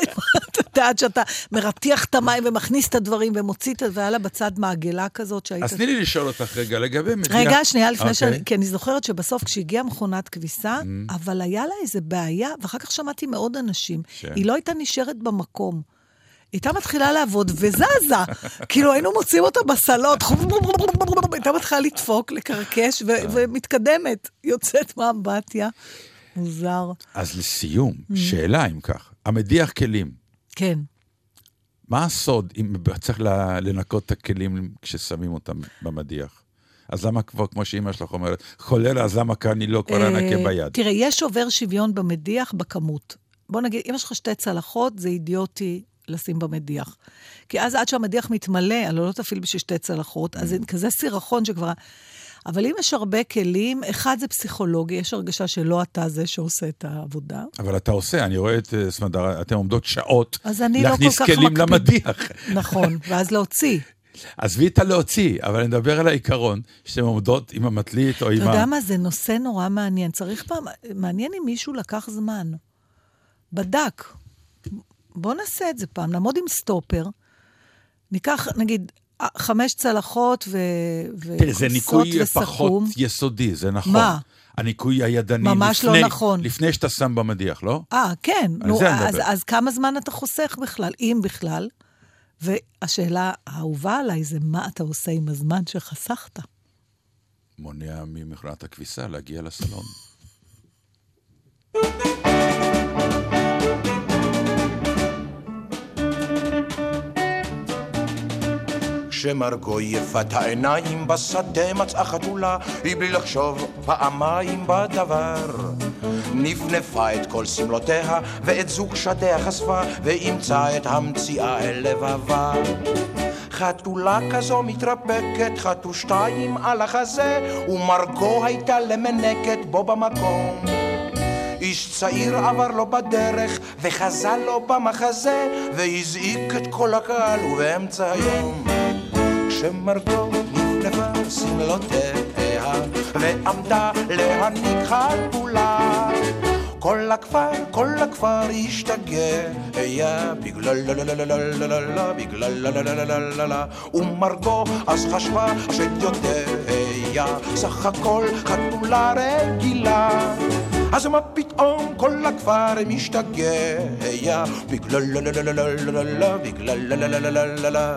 לדעת שאתה מרתיח את המים ומכניס את הדברים ומוציא את זה, והיה לה בצד מעגלה כזאת שהיית... אז תני לי לשאול אותך רגע, לגבי מדיח... רגע, שנייה, לפני אוקיי. שאני... כי אני זוכרת שבסוף כשהגיעה מכונת כביסה, אבל היה לה איזה בעיה, ואחר כך שמעתי מאוד אנשים, היא לא הייתה נשארת במקום. היא הייתה מתחילה לעבוד וזזה. כאילו היינו מוצאים אותה בסלות, הייתה מתחילה לדפוק, לקרקש, ו- ומתקדמת, יוצאת מהאמבטיה. מוזר. אז לסיום, שאלה אם כך, המדיח כלים, כן. מה הסוד אם צריך ל- לנקות את הכלים כששמים אותם במדיח? אז למה כבר, כמו שאמא שלך אומרת, חולרה, אז למה כאן אני לא כבר אנקה ביד? תראה, יש שובר שוויון במדיח בכמות. בוא נגיד, אם יש לך שתי צלחות, זה אידיוטי לשים במדיח. כי אז עד שהמדיח מתמלא, הלא לא תפעיל בשביל שתי צלחות, אז זה כזה סירחון שכבר... אבל אם יש הרבה כלים, אחד זה פסיכולוגי, יש הרגשה שלא אתה זה שעושה את העבודה. אבל אתה עושה, אני רואה את סמדר, אתם עומדות שעות אז אני לא כל להכניס כך כלים מקפיד. למדיח. נכון, ואז להוציא. עזבי את הלהוציא, אבל אני מדבר על העיקרון, שאתם עומדות עם המטלית או עם אתה ה... יודע מה, זה נושא נורא מעניין. צריך פעם, מעניין אם מישהו לקח זמן. בדק. בוא נעשה את זה פעם, נעמוד עם סטופר, ניקח, נגיד, חמש צלחות ו... תראה, זה ניקוי וסכום. פחות יסודי, זה נכון. מה? הניקוי הידני. ממש לפני, לא נכון. לפני שאתה שם במדיח, לא? אה, כן. על נו, זה אני אז, מדבר. אז כמה זמן אתה חוסך בכלל, אם בכלל? והשאלה האהובה עליי זה, מה אתה עושה עם הזמן שחסכת? מונע ממכונת הכביסה להגיע לסלון. כשמרגו יפת העיניים בשדה מצאה חתולה, היא בלי לחשוב פעמיים בדבר. נפנפה את כל סמלותיה ואת זוג שדיה חשפה, ואימצה את המציאה אל לבבה. חתולה כזו מתרפקת, חתו שתיים על החזה, ומרגו הייתה למנקת בו במקום. איש צעיר עבר לו בדרך וחזל לו במחזה, והזעיק את כל הקהל ובאמצע היום. כשמרגו נפנפה סמלותיה ועמדה להניק חתולה, כל הכפר, כל הכפר השתגע, בגלל לה לה לה לה לה לה לה, בגלל לה לה לה לה לה לה. ומרגו אז חשבה שתיודע, סך הכל חתולה רגילה. אז מה פתאום כל הכפר משתגע, בגלל לה לה לה לה לה לה לה, בגלל לה לה לה לה לה לה.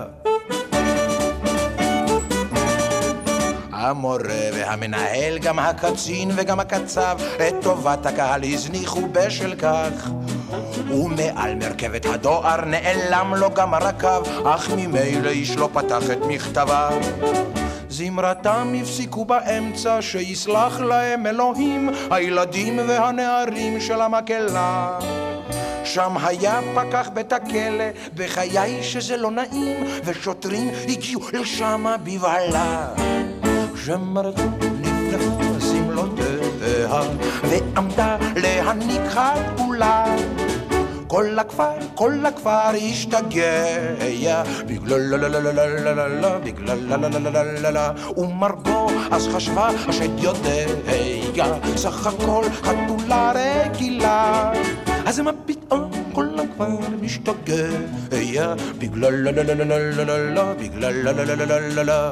המורה והמנהל, גם הקצין וגם הקצב, את טובת הקהל הזניחו בשל כך. ומעל מרכבת הדואר נעלם לו גם הרכב, אך ממילא איש לא פתח את מכתביו. זמרתם הפסיקו באמצע, שיסלח להם אלוהים, הילדים והנערים של המקהלה. שם היה פקח בית הכלא, בחיי שזה לא נעים, ושוטרים הגיעו לשם בבהלה. כשמרגו נפנפה סמלותיה ועמדה להניק חתולה, כל הכפר, כל הכפר השתגע, בגלל לה לה לה לה לה לה לה, בגלל לה לה לה לה לה לה. ומרגו אז חשבה שתיודע, סך הכל חתולה רגילה. אז מה פתאום כל הכפר משתגע, בגלל לה לה לה לה לה לה לה, בגלל לה לה לה לה לה לה.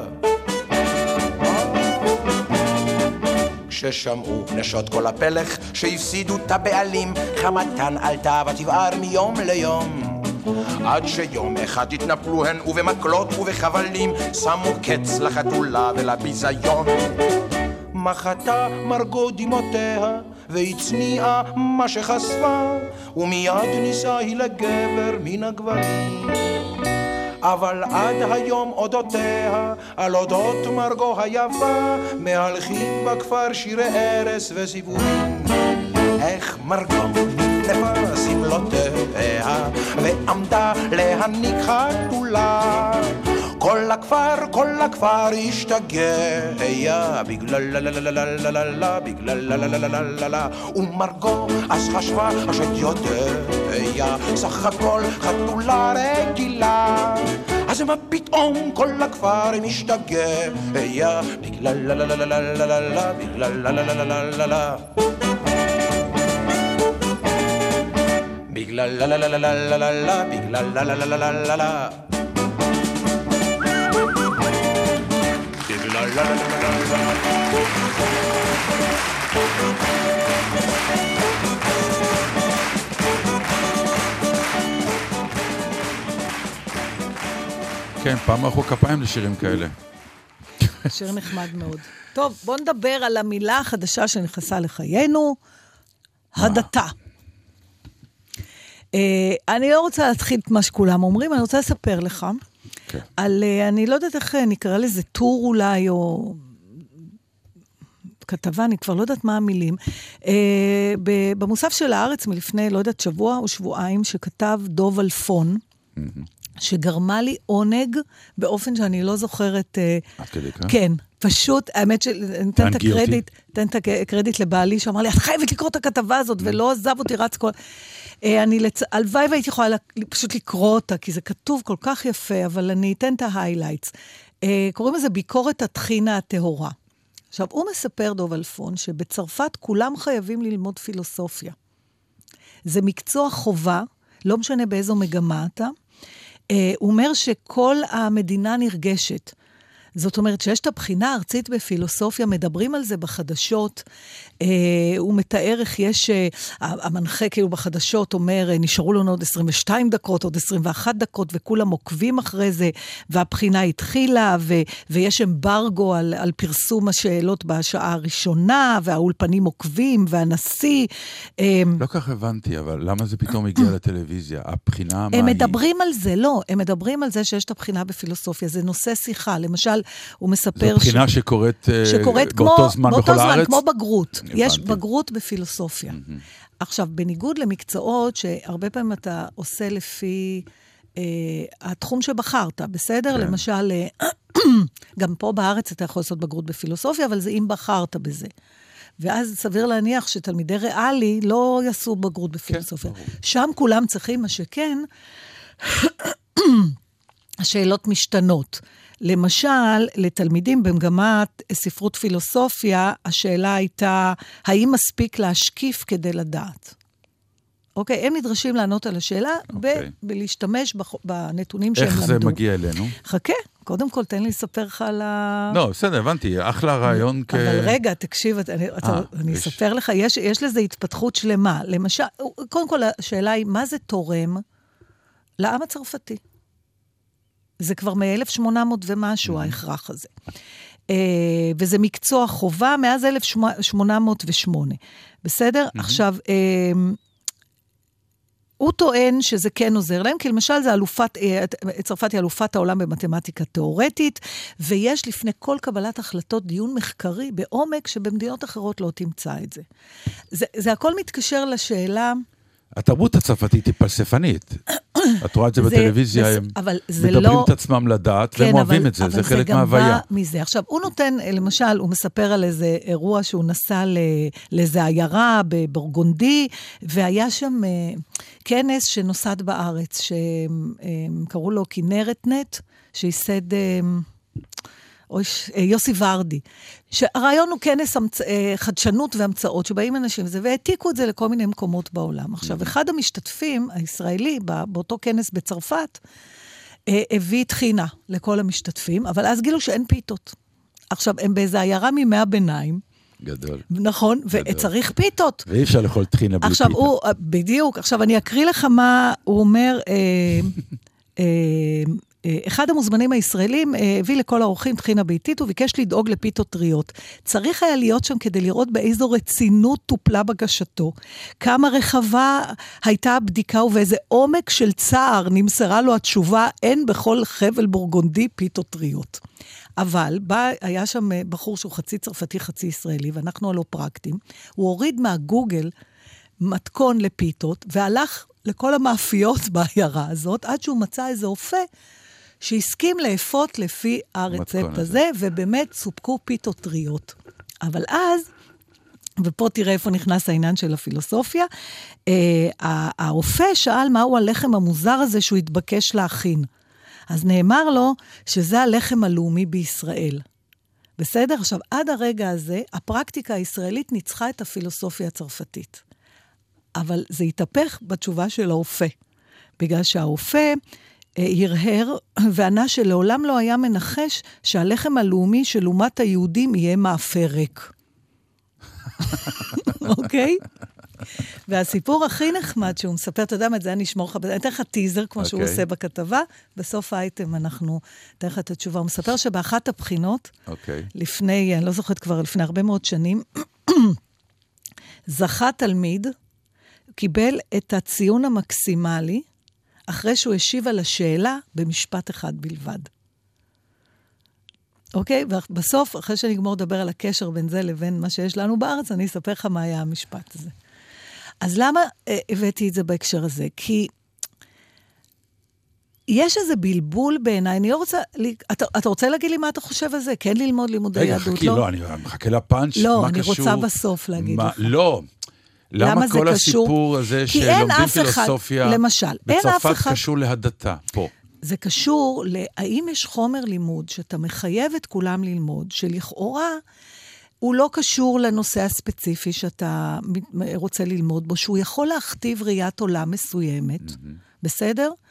כששמעו נשות כל הפלך שהפסידו את הבעלים, חמתן עלתה ותבער מיום ליום, עד שיום אחד התנפלו הן ובמקלות ובחבלים שמו קץ לחתולה ולביזיון. מחתה מרגו דמעותיה והצניעה מה שחשפה, ומיד נישאה היא לגבר מן הגברים. אבל עד היום אודותיה, על אודות מרגו היפה, מהלכים בכפר שירי ארס וסיפורים. איך מרגו נפנפה סמלותיה ועמדה להניק חתולה, כל הכפר, כל הכפר השתגע, בגלל לה לה לה לה לה לה לה, בגלל לה לה לה לה לה לה. ומרגו אז חשבה שתיודע, סך הכל חתולה רגילה. אז מה פתאום כל הכפר משתגע, בגלל לה לה לה לה לה לה לה, בגלל לה לה לה לה לה לה. בגלל לה לה לה לה לה לה לה, בגלל לה לה לה לה לה לה. בגלל לה לה לה לה לה. כן, פעם אחו כפיים לשירים כאלה. שיר נחמד מאוד. טוב, בוא נדבר על המילה החדשה שנכנסה לחיינו, הדתה. אני לא רוצה להתחיל את מה שכולם אומרים, אני רוצה לספר לך על, אני לא יודעת איך נקרא לזה, טור אולי, או כתבה, אני כבר לא יודעת מה המילים, במוסף של הארץ מלפני, לא יודעת, שבוע או שבועיים, שכתב דוב אלפון, שגרמה לי עונג באופן שאני לא זוכרת. עד כדי כך? כן, פשוט, האמת שנתן את הקרדיט, נתן את הקרדיט לבעלי, שאמר לי, את חייבת לקרוא את הכתבה הזאת, ולא עזב אותי רץ כל... אני לצ... הלוואי והייתי יכולה פשוט לקרוא אותה, כי זה כתוב כל כך יפה, אבל אני אתן את ההיילייטס. קוראים לזה ביקורת התחינה הטהורה. עכשיו, הוא מספר דוב אלפון, שבצרפת כולם חייבים ללמוד פילוסופיה. זה מקצוע חובה, לא משנה באיזו מגמה אתה, הוא אומר שכל המדינה נרגשת. זאת אומרת שיש את הבחינה הארצית בפילוסופיה, מדברים על זה בחדשות, אה, הוא מתאר איך יש, אה, המנחה כאילו בחדשות אומר, אה, נשארו לנו עוד עשרים ושתיים דקות, עוד עשרים ואחת דקות, וכולם עוקבים אחרי זה, והבחינה התחילה, ו, ויש אמברגו על, על פרסום השאלות בשעה הראשונה, והאולפנים עוקבים, והנשיא. אה, לא כך הבנתי, אבל למה זה פתאום הגיע לטלוויזיה? הבחינה מה היא? הם מדברים על זה, לא, הם מדברים על זה שיש את הבחינה בפילוסופיה, זה נושא שיחה, למשל, הוא מספר... זו בחינה ש... שקורית, שקורית באותו כמו, זמן באותו בכל זמן, הארץ? כמו בגרות. הבנתי. יש בגרות בפילוסופיה. Mm-hmm. עכשיו, בניגוד למקצועות שהרבה פעמים אתה עושה לפי אה, התחום שבחרת, בסדר? כן. למשל, אה, גם פה בארץ אתה יכול לעשות בגרות בפילוסופיה, אבל זה אם בחרת בזה. ואז סביר להניח שתלמידי ריאלי לא יעשו בגרות בפילוסופיה. כן, שם כולם צריכים, מה שכן, השאלות משתנות. למשל, לתלמידים במגמת ספרות פילוסופיה, השאלה הייתה, האם מספיק להשקיף כדי לדעת? אוקיי, הם נדרשים לענות על השאלה, אוקיי. ב- בלהשתמש בנתונים שהם למדו. איך זה מגיע אלינו? חכה, קודם כל תן לי לספר לך על ה... לא, בסדר, הבנתי, אחלה רעיון כ... אבל רגע, תקשיב, אני, 아, אתה, אני יש... אספר לך, יש, יש לזה התפתחות שלמה. למשל, קודם כל השאלה היא, מה זה תורם לעם הצרפתי? זה כבר מ-אלף שמונה מאות ומשהו, ההכרח הזה. וזה מקצוע חובה מאז אלף שמונה מאות ושמונה. בסדר? עכשיו, הוא טוען שזה כן עוזר להם, כי למשל זה אלופת, צרפת היא אלופת העולם במתמטיקה תיאורטית, ויש לפני כל קבלת החלטות דיון מחקרי בעומק, שבמדינות אחרות לא תמצא את זה. זה, זה הכל מתקשר לשאלה... התרבות הצרפתית היא פלספנית. את רואה את זה בטלוויזיה, הם מדברים את עצמם לדעת, והם אוהבים את זה, זה חלק מההוויה. מזה. עכשיו, הוא נותן, למשל, הוא מספר על איזה אירוע שהוא נסע לאיזה עיירה בבורגונדי, והיה שם כנס שנוסד בארץ, שקראו לו כנרת נט, שייסד... יוסי ורדי, שהרעיון הוא כנס חדשנות והמצאות, שבאים אנשים וזה, והעתיקו את זה לכל מיני מקומות בעולם. עכשיו, אחד המשתתפים, הישראלי, באותו כנס בצרפת, הביא תחינה לכל המשתתפים, אבל אז גילו שאין פיתות. עכשיו, הם באיזה עיירה מימי הביניים, גדול. נכון, וצריך פיתות. ואי אפשר לאכול תחינה בלי עכשיו, פיתה. הוא, בדיוק, עכשיו אני אקריא לך מה הוא אומר, אה, אה, אחד המוזמנים הישראלים הביא לכל האורחים תחינה ביתית, וביקש לדאוג לפיתות טריות. צריך היה להיות שם כדי לראות באיזו רצינות טופלה בגשתו, כמה רחבה הייתה הבדיקה, ובאיזה עומק של צער נמסרה לו התשובה, אין בכל חבל בורגונדי פיתות טריות. אבל בא, היה שם בחור שהוא חצי צרפתי, חצי ישראלי, ואנחנו הלא פרקטים, הוא הוריד מהגוגל מתכון לפיתות, והלך לכל המאפיות בעיירה הזאת, עד שהוא מצא איזה אופה, שהסכים לאפות לפי הרצפט הזה, ובאמת סופקו פיתות טריות. אבל אז, ופה תראה איפה נכנס העניין של הפילוסופיה, האופה שאל מהו הלחם המוזר הזה שהוא התבקש להכין. אז נאמר לו שזה הלחם הלאומי בישראל. בסדר? עכשיו, עד הרגע הזה, הפרקטיקה הישראלית ניצחה את הפילוסופיה הצרפתית. אבל זה התהפך בתשובה של האופה. בגלל שהאופה הרהר, וענה שלעולם לא היה מנחש שהלחם הלאומי של אומת היהודים יהיה מאפה ריק. אוקיי? והסיפור הכי נחמד שהוא מספר, אתה יודע מה, זה היה נשמור לך, אני אתן לך טיזר, כמו שהוא עושה בכתבה, בסוף האייטם אנחנו אתן לך את התשובה. הוא מספר שבאחת הבחינות, לפני, אני לא זוכרת כבר, לפני הרבה מאוד שנים, זכה תלמיד, קיבל את הציון המקסימלי, אחרי שהוא השיב על השאלה במשפט אחד בלבד. אוקיי? ובסוף, אחרי שאני אגמור לדבר על הקשר בין זה לבין מה שיש לנו בארץ, אני אספר לך מה היה המשפט הזה. אז למה אה, הבאתי את זה בהקשר הזה? כי יש איזה בלבול בעיניי, אני לא רוצה, אתה, אתה רוצה להגיד לי מה אתה חושב על זה? כן ללמוד לימודי רגע, יהדות? חכי, לא, לא, אני מחכה לפאנץ', לא, מה אני קשור? רוצה בסוף להגיד מה, לך. לא, למה, למה כל הסיפור קשור? הזה שלומדים פילוסופיה למשל, בצרפת קשור להדתה פה? זה קשור להאם יש חומר לימוד שאתה מחייב את כולם ללמוד, שלכאורה הוא לא קשור לנושא הספציפי שאתה רוצה ללמוד בו, שהוא יכול להכתיב ראיית עולם מסוימת, mm-hmm. בסדר?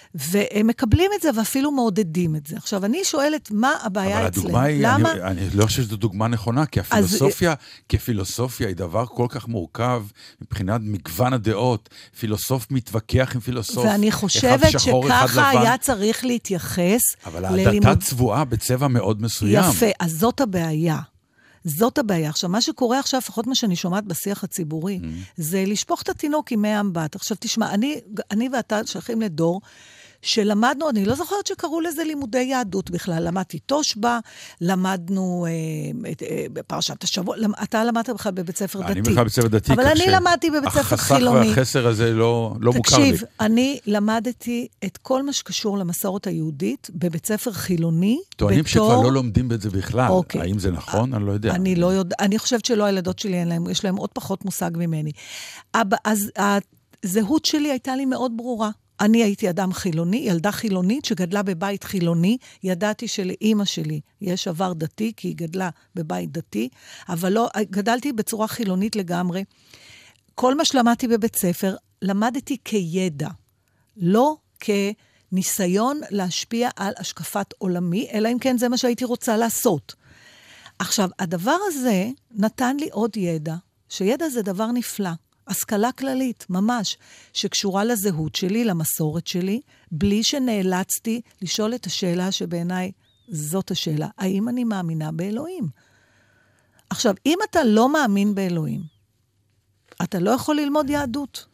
והם מקבלים את זה ואפילו מעודדים את זה. עכשיו, אני שואלת, מה הבעיה אצלנו? אבל הדוגמה היא, למה? אני, אני לא חושב שזו דוגמה נכונה, כי הפילוסופיה, אז... כפילוסופיה, היא דבר כל כך מורכב, מבחינת מגוון הדעות. פילוסוף מתווכח עם פילוסוף. ואני חושבת שככה היה צריך להתייחס. אבל ההדתה צבועה בצבע מאוד מסוים. יפה, אז זאת הבעיה. זאת הבעיה. עכשיו, מה שקורה עכשיו, לפחות מה שאני שומעת בשיח הציבורי, mm. זה לשפוך את התינוק עם מי אמבט. עכשיו, תשמע, אני, אני ואתה שייכים לדור, שלמדנו, אני לא זוכרת שקראו לזה לימודי יהדות בכלל, למדתי תושבע, למדנו אה, אה, בפרשת השבוע, למ, אתה למדת בכלל בבית ספר דתי. אני בכלל בבית ספר דתי, אבל אני למדתי בבית ספר חילוני. החסך והחסר הזה לא, לא מוכר לי. תקשיב, אני למדתי את כל מה שקשור למסורת היהודית, בבית ספר חילוני, טוענים בתור... שכבר לא לומדים את זה בכלל. אוקיי. האם זה נכון? אני לא יודע. אני לא יודע, אני חושבת שלא, הילדות שלי, אין להם, יש להם עוד פחות מושג ממני. אז הזהות שלי הייתה לי מאוד ברורה. אני הייתי אדם חילוני, ילדה חילונית שגדלה בבית חילוני, ידעתי שלאמא שלי יש עבר דתי, כי היא גדלה בבית דתי, אבל לא, גדלתי בצורה חילונית לגמרי. כל מה שלמדתי בבית ספר, למדתי כידע, לא כניסיון להשפיע על השקפת עולמי, אלא אם כן זה מה שהייתי רוצה לעשות. עכשיו, הדבר הזה נתן לי עוד ידע, שידע זה דבר נפלא. השכלה כללית, ממש, שקשורה לזהות שלי, למסורת שלי, בלי שנאלצתי לשאול את השאלה שבעיניי זאת השאלה. האם אני מאמינה באלוהים? עכשיו, אם אתה לא מאמין באלוהים, אתה לא יכול ללמוד יהדות.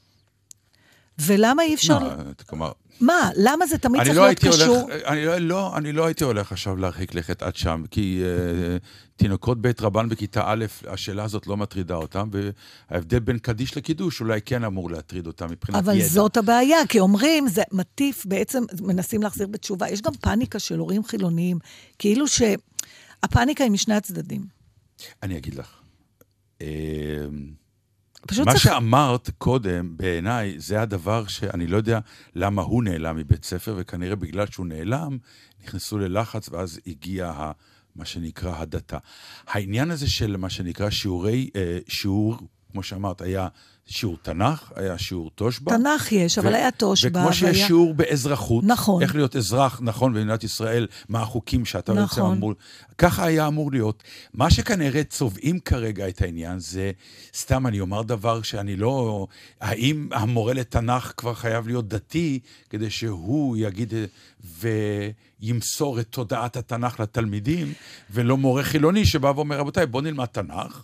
ולמה אי אפשר... לא, כלומר... מה? למה זה תמיד צריך להיות קשור? הולך, אני, לא, לא, אני לא הייתי הולך עכשיו להרחיק לכת עד שם, כי uh, תינוקות בית רבן בכיתה א', השאלה הזאת לא מטרידה אותם, וההבדל בין קדיש לקידוש אולי כן אמור להטריד אותם מבחינת אבל ידע. אבל זאת הבעיה, כי אומרים, זה מטיף, בעצם מנסים להחזיר בתשובה. יש גם פאניקה של הורים חילוניים, כאילו שהפאניקה היא משני הצדדים. אני אגיד לך. מה צריך... שאמרת קודם, בעיניי, זה הדבר שאני לא יודע למה הוא נעלם מבית ספר, וכנראה בגלל שהוא נעלם, נכנסו ללחץ, ואז הגיע ה, מה שנקרא הדתה. העניין הזה של מה שנקרא שיעורי, אה, שיעור, כמו שאמרת, היה שיעור תנ"ך, היה שיעור תושבע. תנ"ך יש, ו- אבל היה תושבע. וכמו שיש והיה... שיעור באזרחות, נכון. איך להיות אזרח, נכון, במדינת ישראל, מה החוקים שאתה נכון. בעצם אמור... ככה היה אמור להיות. מה שכנראה צובעים כרגע את העניין, זה סתם אני אומר דבר שאני לא... האם המורה לתנ"ך כבר חייב להיות דתי, כדי שהוא יגיד וימסור את תודעת התנ"ך לתלמידים, ולא מורה חילוני שבא ואומר, רבותיי, בוא נלמד תנ"ך,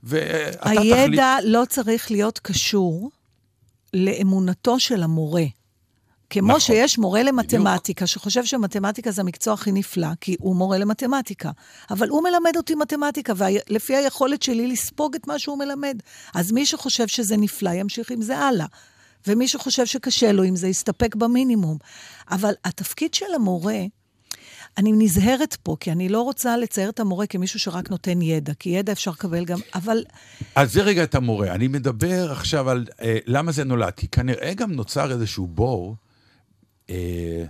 הידע לא צריך להיות קשור לאמונתו של המורה. כמו שיש מורה למתמטיקה, שחושב שמתמטיקה זה המקצוע הכי נפלא, כי הוא מורה למתמטיקה. אבל הוא מלמד אותי מתמטיקה, ולפי היכולת שלי לספוג את מה שהוא מלמד. אז מי שחושב שזה נפלא, ימשיך עם זה הלאה. ומי שחושב שקשה לו עם זה, יסתפק במינימום. אבל התפקיד של המורה... אני נזהרת פה, כי אני לא רוצה לצייר את המורה כמישהו שרק נותן ידע, כי ידע אפשר לקבל גם, אבל... אז זה רגע את המורה. אני מדבר עכשיו על אה, למה זה נולד, כי כנראה גם נוצר איזשהו בור, אה,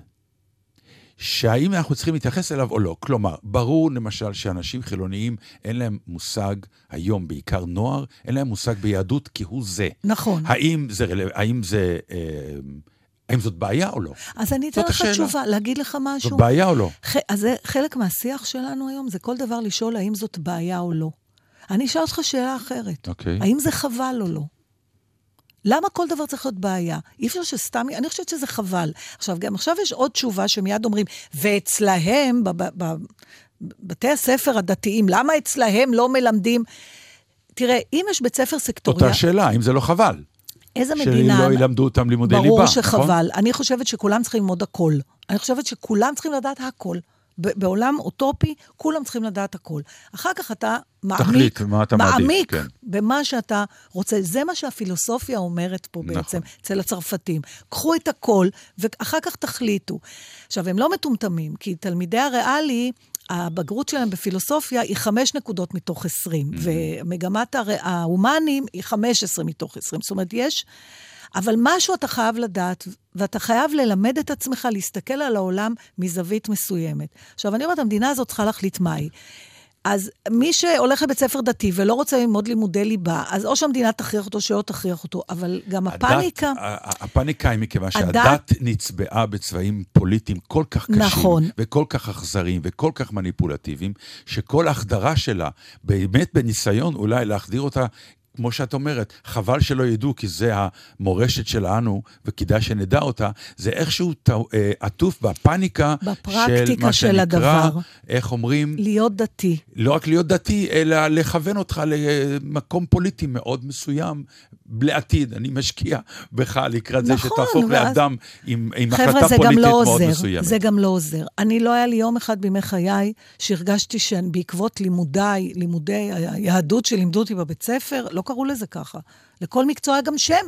שהאם אנחנו צריכים להתייחס אליו או לא. כלומר, ברור למשל שאנשים חילוניים אין להם מושג, היום בעיקר נוער, אין להם מושג ביהדות כי הוא זה. נכון. האם זה... האם זה אה, האם זאת בעיה או לא? אז אני אתן לך תשובה, להגיד לך משהו. זאת בעיה או לא? אז זה חלק מהשיח שלנו היום, זה כל דבר לשאול האם זאת בעיה או לא. אני אשאל אותך שאלה אחרת. אוקיי. האם זה חבל או לא? למה כל דבר צריך להיות בעיה? אי אפשר שסתם, אני חושבת שזה חבל. עכשיו, גם עכשיו יש עוד תשובה שמיד אומרים, ואצלהם, בבתי הספר הדתיים, למה אצלהם לא מלמדים? תראה, אם יש בית ספר סקטוריה... אותה שאלה, אם זה לא חבל. איזה מדינה... שלא ילמדו אותם לימודי ליבה. ברור שחבל. אני חושבת שכולם צריכים ללמוד הכל. אני חושבת שכולם צריכים לדעת הכל. בעולם אוטופי, כולם צריכים לדעת הכל. אחר כך אתה מעמיק, תחליט מה אתה מעדיף, מעמיק כן. במה שאתה רוצה. זה מה שהפילוסופיה אומרת פה בעצם, נכון. אצל הצרפתים. קחו את הכל, ואחר כך תחליטו. עכשיו, הם לא מטומטמים, כי תלמידי הריאלי, הבגרות שלהם בפילוסופיה היא חמש נקודות מתוך עשרים, mm-hmm. ומגמת ההומנים היא חמש עשרה מתוך עשרים. זאת אומרת, יש... אבל משהו אתה חייב לדעת, ואתה חייב ללמד את עצמך להסתכל על העולם מזווית מסוימת. עכשיו, אני אומרת, המדינה הזאת צריכה להחליט מהי. אז מי שהולך לבית ספר דתי ולא רוצה ללמוד לימודי ליבה, אז או שהמדינה תכריח אותו, שלא תכריח אותו, אבל גם הפאניקה... הפאניקה היא מכיוון שהדת נצבעה בצבעים פוליטיים כל כך קשים, נכון. וכל כך אכזריים, וכל כך מניפולטיביים, שכל החדרה שלה, באמת בניסיון אולי להחדיר אותה, כמו שאת אומרת, חבל שלא ידעו, כי זה המורשת שלנו, וכדאי שנדע אותה, זה איכשהו עטוף בפאניקה של מה של שנקרא, הדבר. איך אומרים? להיות דתי. לא רק להיות דתי, אלא לכוון אותך למקום פוליטי מאוד מסוים, לעתיד. אני משקיע בך לקראת נכון, זה שתהפוך ואז... לאדם עם, עם החלטה פוליטית לא מאוד עוזר, מסוימת. זה גם לא עוזר. אני לא היה לי יום אחד בימי חיי, שהרגשתי שבעקבות לימודיי, לימודי היהדות שלימדו אותי בבית ספר, לא קראו לזה ככה. לכל מקצוע גם שם.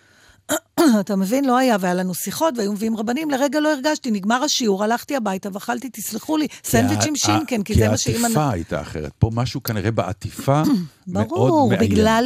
אתה מבין? לא היה, והיה לנו שיחות, והיו מביאים רבנים, לרגע לא הרגשתי, נגמר השיעור, הלכתי הביתה, ואכלתי, תסלחו לי, סנדוויץ' עם שינקן, כי זה מה שאימא... כי העטיפה הייתה אחרת. פה משהו כנראה בעטיפה מאוד מעניין. ברור, בגלל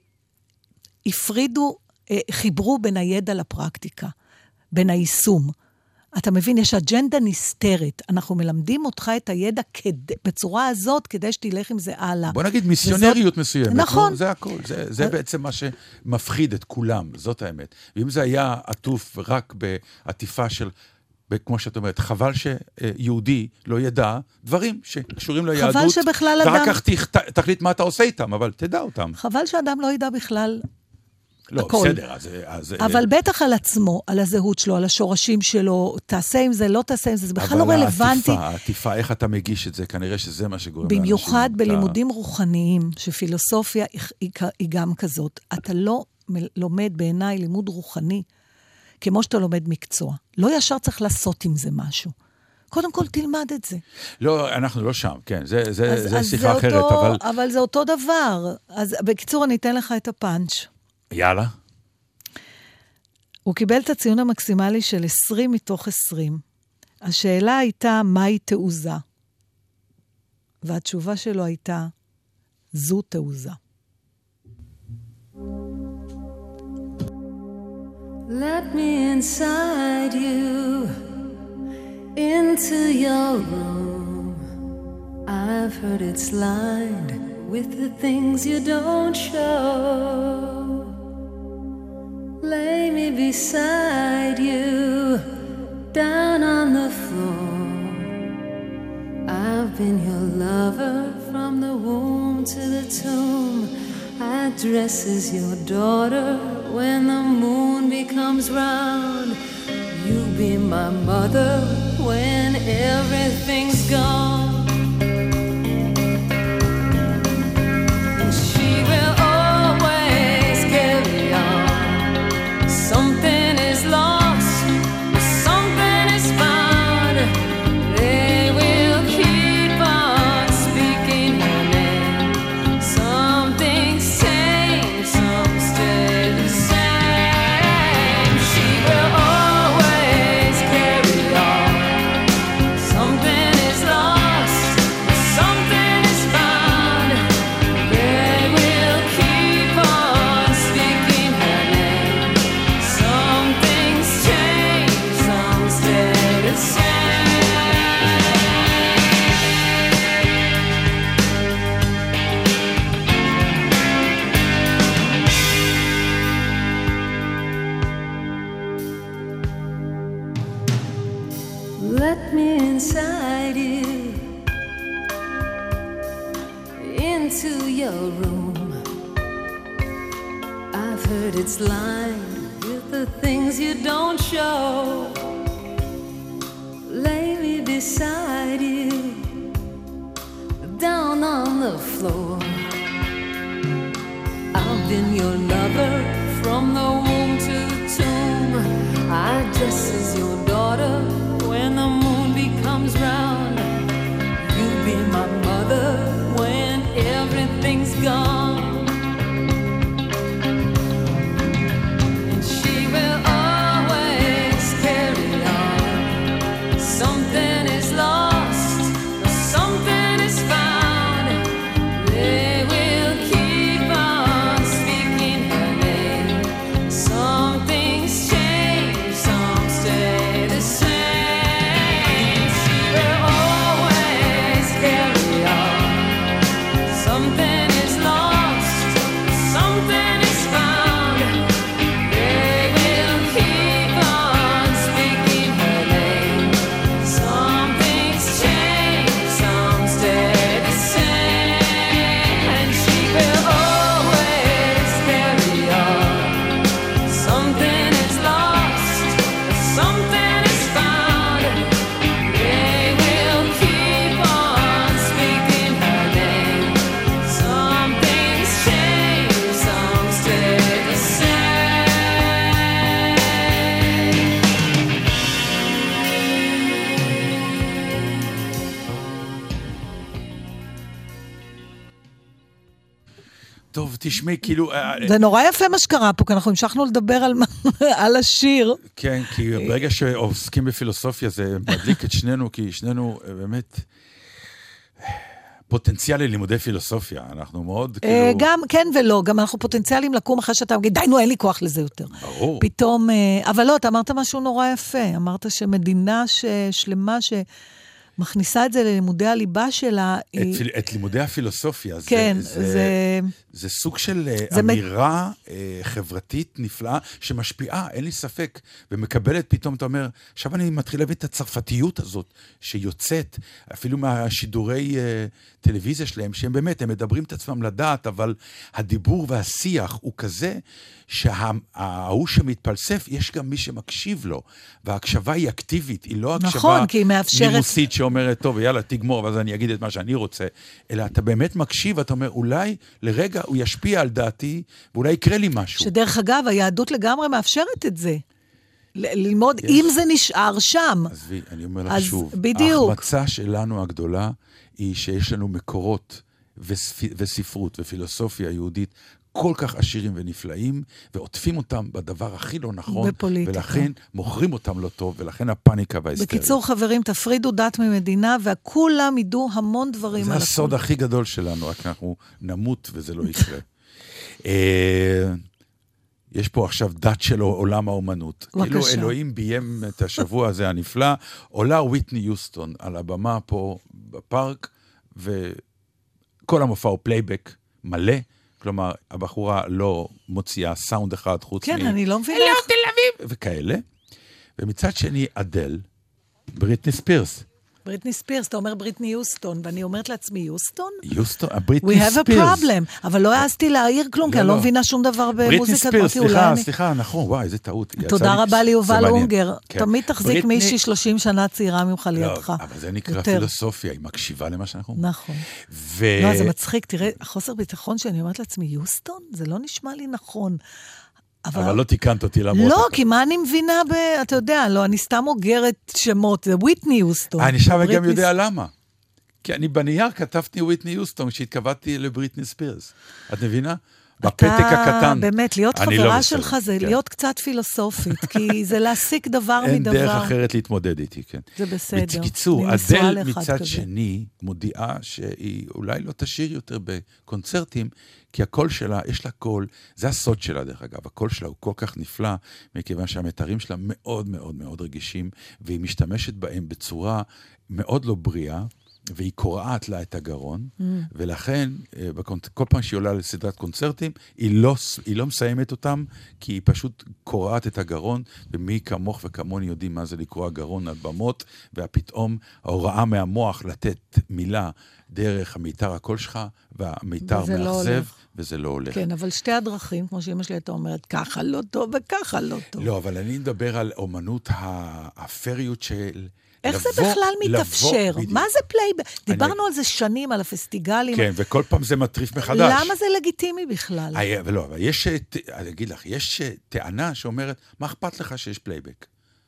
שהפרידו, חיברו בין הידע לפרקטיקה, בין היישום. אתה מבין, יש אג'נדה נסתרת. אנחנו מלמדים אותך את הידע כדי, בצורה הזאת, כדי שתלך עם זה הלאה. בוא נגיד מיסיונריות וזאת... מסוימת. נכון. לא? זה הכל. זה, זה בעצם מה שמפחיד את כולם. זאת האמת. ואם זה היה עטוף רק בעטיפה של, כמו שאת אומרת, חבל שיהודי לא ידע דברים שקשורים ליהדות. חבל שבכלל אדם... ורק כך תחליט מה אתה עושה איתם, אבל תדע אותם. חבל שאדם לא ידע בכלל... לא, הכל. בסדר. אז, אז, אבל בטח על עצמו, על הזהות שלו, על השורשים שלו, תעשה עם זה, לא תעשה עם זה, זה בכלל לא רלוונטי. אבל העטיפה, איך אתה מגיש את זה, כנראה שזה מה שגורם לאנשים. במיוחד בלימודים רוחניים, שפילוסופיה היא, היא גם כזאת. אתה לא לומד בעיניי לימוד רוחני, כמו שאתה לומד מקצוע. לא ישר צריך לעשות עם זה משהו. קודם כל תלמד את זה. לא, אנחנו לא שם, כן, זה, זה, אז, זה אז שיחה זה אחרת, אותו, אבל... אבל זה אותו דבר. אז בקיצור, אני אתן לך את הפאנץ'. יאללה. הוא קיבל את הציון המקסימלי של עשרים מתוך עשרים. השאלה הייתה, מהי תעוזה? והתשובה שלו הייתה, זו תעוזה. Let me inside you, into your room. I've heard it's lined with the things you don't show. Lay me beside you, down on the floor. I've been your lover from the womb to the tomb. I dress as your daughter when the moon becomes round. You be my mother when everything's gone. It's lined with the things you don't show. Lay me beside you, down on the floor. I've been your lover from the womb to the tomb. I dress as your daughter when the moon becomes round. You be my mother when everything's gone. She will תשמעי, כאילו... זה נורא יפה מה שקרה פה, כי אנחנו המשכנו לדבר על, על השיר. כן, כי ברגע שעוסקים בפילוסופיה, זה מדליק את שנינו, כי שנינו באמת... פוטנציאל ללימודי פילוסופיה, אנחנו מאוד כאילו... גם, כן ולא, גם אנחנו פוטנציאלים לקום אחרי שאתה מגיד, די, נו, אין לי כוח לזה יותר. ברור. פתאום, אבל לא, אתה אמרת משהו נורא יפה, אמרת שמדינה שלמה שמכניסה את זה ללימודי הליבה שלה... את לימודי הפילוסופיה, כן, זה... זה סוג של אמירה חברתית נפלאה, שמשפיעה, אין לי ספק, ומקבלת פתאום, אתה אומר, עכשיו אני מתחיל להבין את הצרפתיות הזאת, שיוצאת, אפילו מהשידורי טלוויזיה שלהם, שהם באמת, הם מדברים את עצמם לדעת, אבל הדיבור והשיח הוא כזה, שההוא שמתפלסף, יש גם מי שמקשיב לו, וההקשבה היא אקטיבית, היא לא הקשבה נכון, כי היא מאפשרת... נימוסית שאומרת, טוב, יאללה, תגמור, ואז אני אגיד את מה שאני רוצה, אלא אתה באמת מקשיב, אתה אומר, אולי לרגע הוא ישפיע על דעתי, ואולי יקרה לי משהו. שדרך אגב, היהדות לגמרי מאפשרת את זה. ל- ללמוד, יש. אם זה נשאר שם. אז וי, אני אומר לך אז שוב, בדיוק. ההחמצה שלנו הגדולה, היא שיש לנו מקורות וספ... וספרות ופילוסופיה יהודית, כל כך עשירים ונפלאים, ועוטפים אותם בדבר הכי לא נכון, בפוליטיקה. ולכן מוכרים אותם לא טוב, ולכן הפאניקה וההיסטריה. בקיצור, חברים, תפרידו דת ממדינה, וכולם ידעו המון דברים זה על הסוד הכל. הכי גדול שלנו, רק אנחנו נמות וזה לא יקרה. יש פה עכשיו דת של עולם האומנות. כאילו אלוהים ביים את השבוע הזה הנפלא, עולה וויטני יוסטון על הבמה פה בפארק, וכל המופע הוא פלייבק מלא, כלומר, הבחורה לא מוציאה סאונד אחד חוץ כן, מ... אני לא מבינה. אלא תל אביב! וכאלה. ומצד שני, אדל, בריטני ספירס. בריטני ספירס, אתה אומר בריטני יוסטון, ואני אומרת לעצמי, יוסטון? יוסטון, בריטני We have a ספירס. problem. אבל לא העזתי להעיר כלום, כי אני לא מבינה שום דבר במוזיקה. בריטני ספירס, סליחה, סליחה, נכון, וואי, איזה טעות. תודה רבה ליובל אונגר. תמיד תחזיק מישהי שלושים שנה צעירה ממך לידך. לא, אבל זה נקרא פילוסופיה, היא מקשיבה למה שאנחנו אומרים. נכון. לא, זה מצחיק, תראה, החוסר ביטחון שאני אומרת לעצמי, יוסטון? זה לא נשמע לי נכון. אבל, אבל לא תיקנת אותי למרות. לא, כי מה אני מבינה ב... אתה יודע, לא, אני סתם אוגרת שמות, זה וויטני יוסטון. אני עכשיו גם יודע למה. כי אני בנייר כתבתי וויטני יוסטון, כשהתכוונתי לבריטני ספירס. את מבינה? בפתק הקטן. באמת, להיות חברה שלך זה להיות קצת פילוסופית, כי זה להסיק דבר מדבר. אין דרך אחרת להתמודד איתי, כן. זה בסדר. בקיצור, אדל מצד שני מודיעה שהיא אולי לא תשאיר יותר בקונצרטים, כי הקול שלה, יש לה קול, זה הסוד שלה דרך אגב, הקול שלה הוא כל כך נפלא, מכיוון שהמתרים שלה מאוד מאוד מאוד רגישים, והיא משתמשת בהם בצורה מאוד לא בריאה, והיא קורעת לה את הגרון, mm. ולכן, כל פעם שהיא עולה לסדרת קונצרטים, היא לא, היא לא מסיימת אותם, כי היא פשוט קורעת את הגרון, ומי כמוך וכמוני יודעים מה זה לקרוע גרון על במות, והפתאום ההוראה מהמוח לתת מילה דרך המיתר הקול שלך, והמיתר מאכזב, לא וזה לא הולך. כן, אבל שתי הדרכים, כמו שאמא שלי הייתה אומרת, ככה לא טוב וככה לא טוב. לא, אבל אני מדבר על אומנות האפריות של... איך לבוא, זה בכלל מתאפשר? לבוא, מה זה פלייבק? דיברנו אני... על זה שנים, על הפסטיגלים. כן, וכל פעם זה מטריף מחדש. למה זה לגיטימי בכלל? היה, ולא, אבל יש, אני אגיד לך, יש טענה שאומרת, מה אכפת לך שיש פלייבק?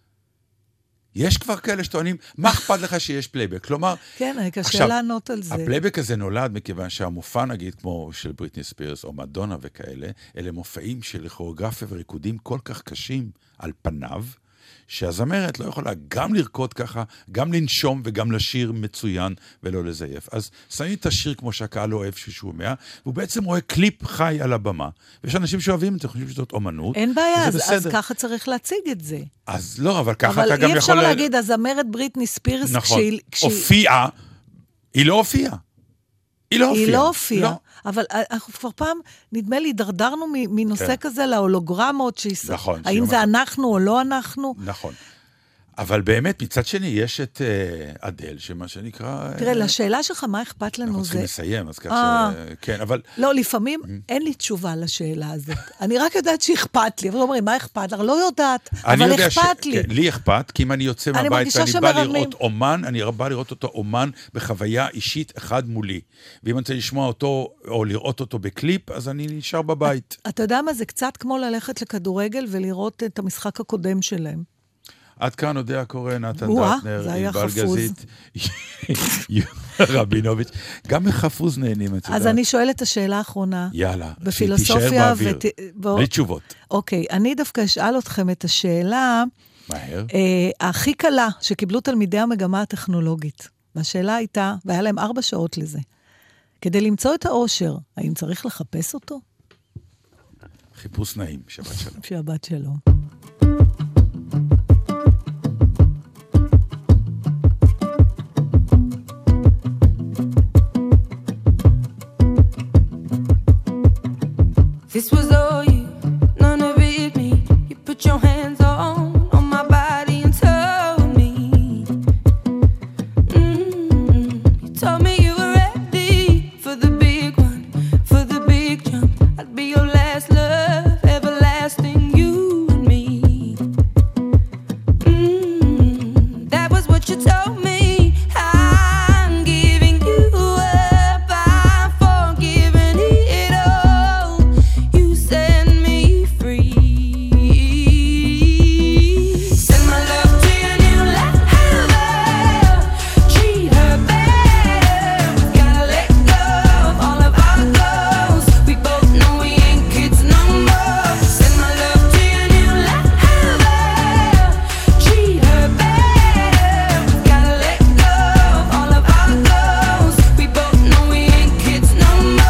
יש כבר כאלה שטוענים, מה אכפת לך שיש פלייבק? כלומר... כן, אני קשה לענות על זה. הפלייבק הזה נולד מכיוון שהמופע, נגיד, כמו של בריטני ספירס או מדונה וכאלה, אלה מופעים של כוריאוגרפיה וריקודים כל כך קשים על פניו, שהזמרת לא יכולה גם לרקוד ככה, גם לנשום וגם לשיר מצוין ולא לזייף. אז שמים את השיר כמו שהקהל אוהב ששומע, והוא בעצם רואה קליפ חי על הבמה. ויש אנשים שאוהבים את זה, חושבים שזאת אומנות. אין בעיה, אז, אז ככה צריך להציג את זה. אז לא, אבל ככה אתה גם יכול... אבל אי אפשר להגיד, הזמרת בריטני ספירס, נכון, כשהיא... הופיעה, היא לא הופיעה. היא לא הופיעה. היא לא הופיעה. לא. אבל אנחנו כבר פעם, נדמה לי, דרדרנו מנושא כן. כזה להולוגרמות, שיש... נכון. האם זה אנחנו או לא אנחנו? נכון. אבל באמת, מצד שני, יש את uh, אדל, שמה שנקרא... תראה, uh, לשאלה שלך, מה אכפת לנו זה... אנחנו צריכים לסיים, אז כך ש... כן, אבל... לא, לפעמים אין לי תשובה לשאלה הזאת. אני רק יודעת שאכפת לי, אבל אומרים, מה אכפת? אני לא יודעת, אבל אכפת לי. לי אכפת, כי אם אני יוצא מהבית ואני בא לראות אומן, אני בא לראות אותו אומן בחוויה אישית אחד מולי. ואם אני רוצה לשמוע אותו, או לראות אותו בקליפ, אז אני נשאר בבית. אתה יודע מה, זה קצת כמו ללכת לכדורגל ולראות את המשחק הקודם שלהם. עד כאן יודע קורא נתן וואה, דטנר, זה היה ענבל חפוז. גזית, רבינוביץ', גם מחפוז נהנים, את יודעת. אז אני שואלת את השאלה האחרונה. יאללה, בפילוסופיה שתישאר באוויר, ות- בוא- בלי תשובות. אוקיי, אני דווקא אשאל אתכם את השאלה, מהר. אה, הכי קלה שקיבלו תלמידי המגמה הטכנולוגית. והשאלה הייתה, והיה להם ארבע שעות לזה, כדי למצוא את האושר, האם צריך לחפש אותו? חיפוש נעים, שבת שלום. שבת שלום. This was all you, none of it me. You put your hands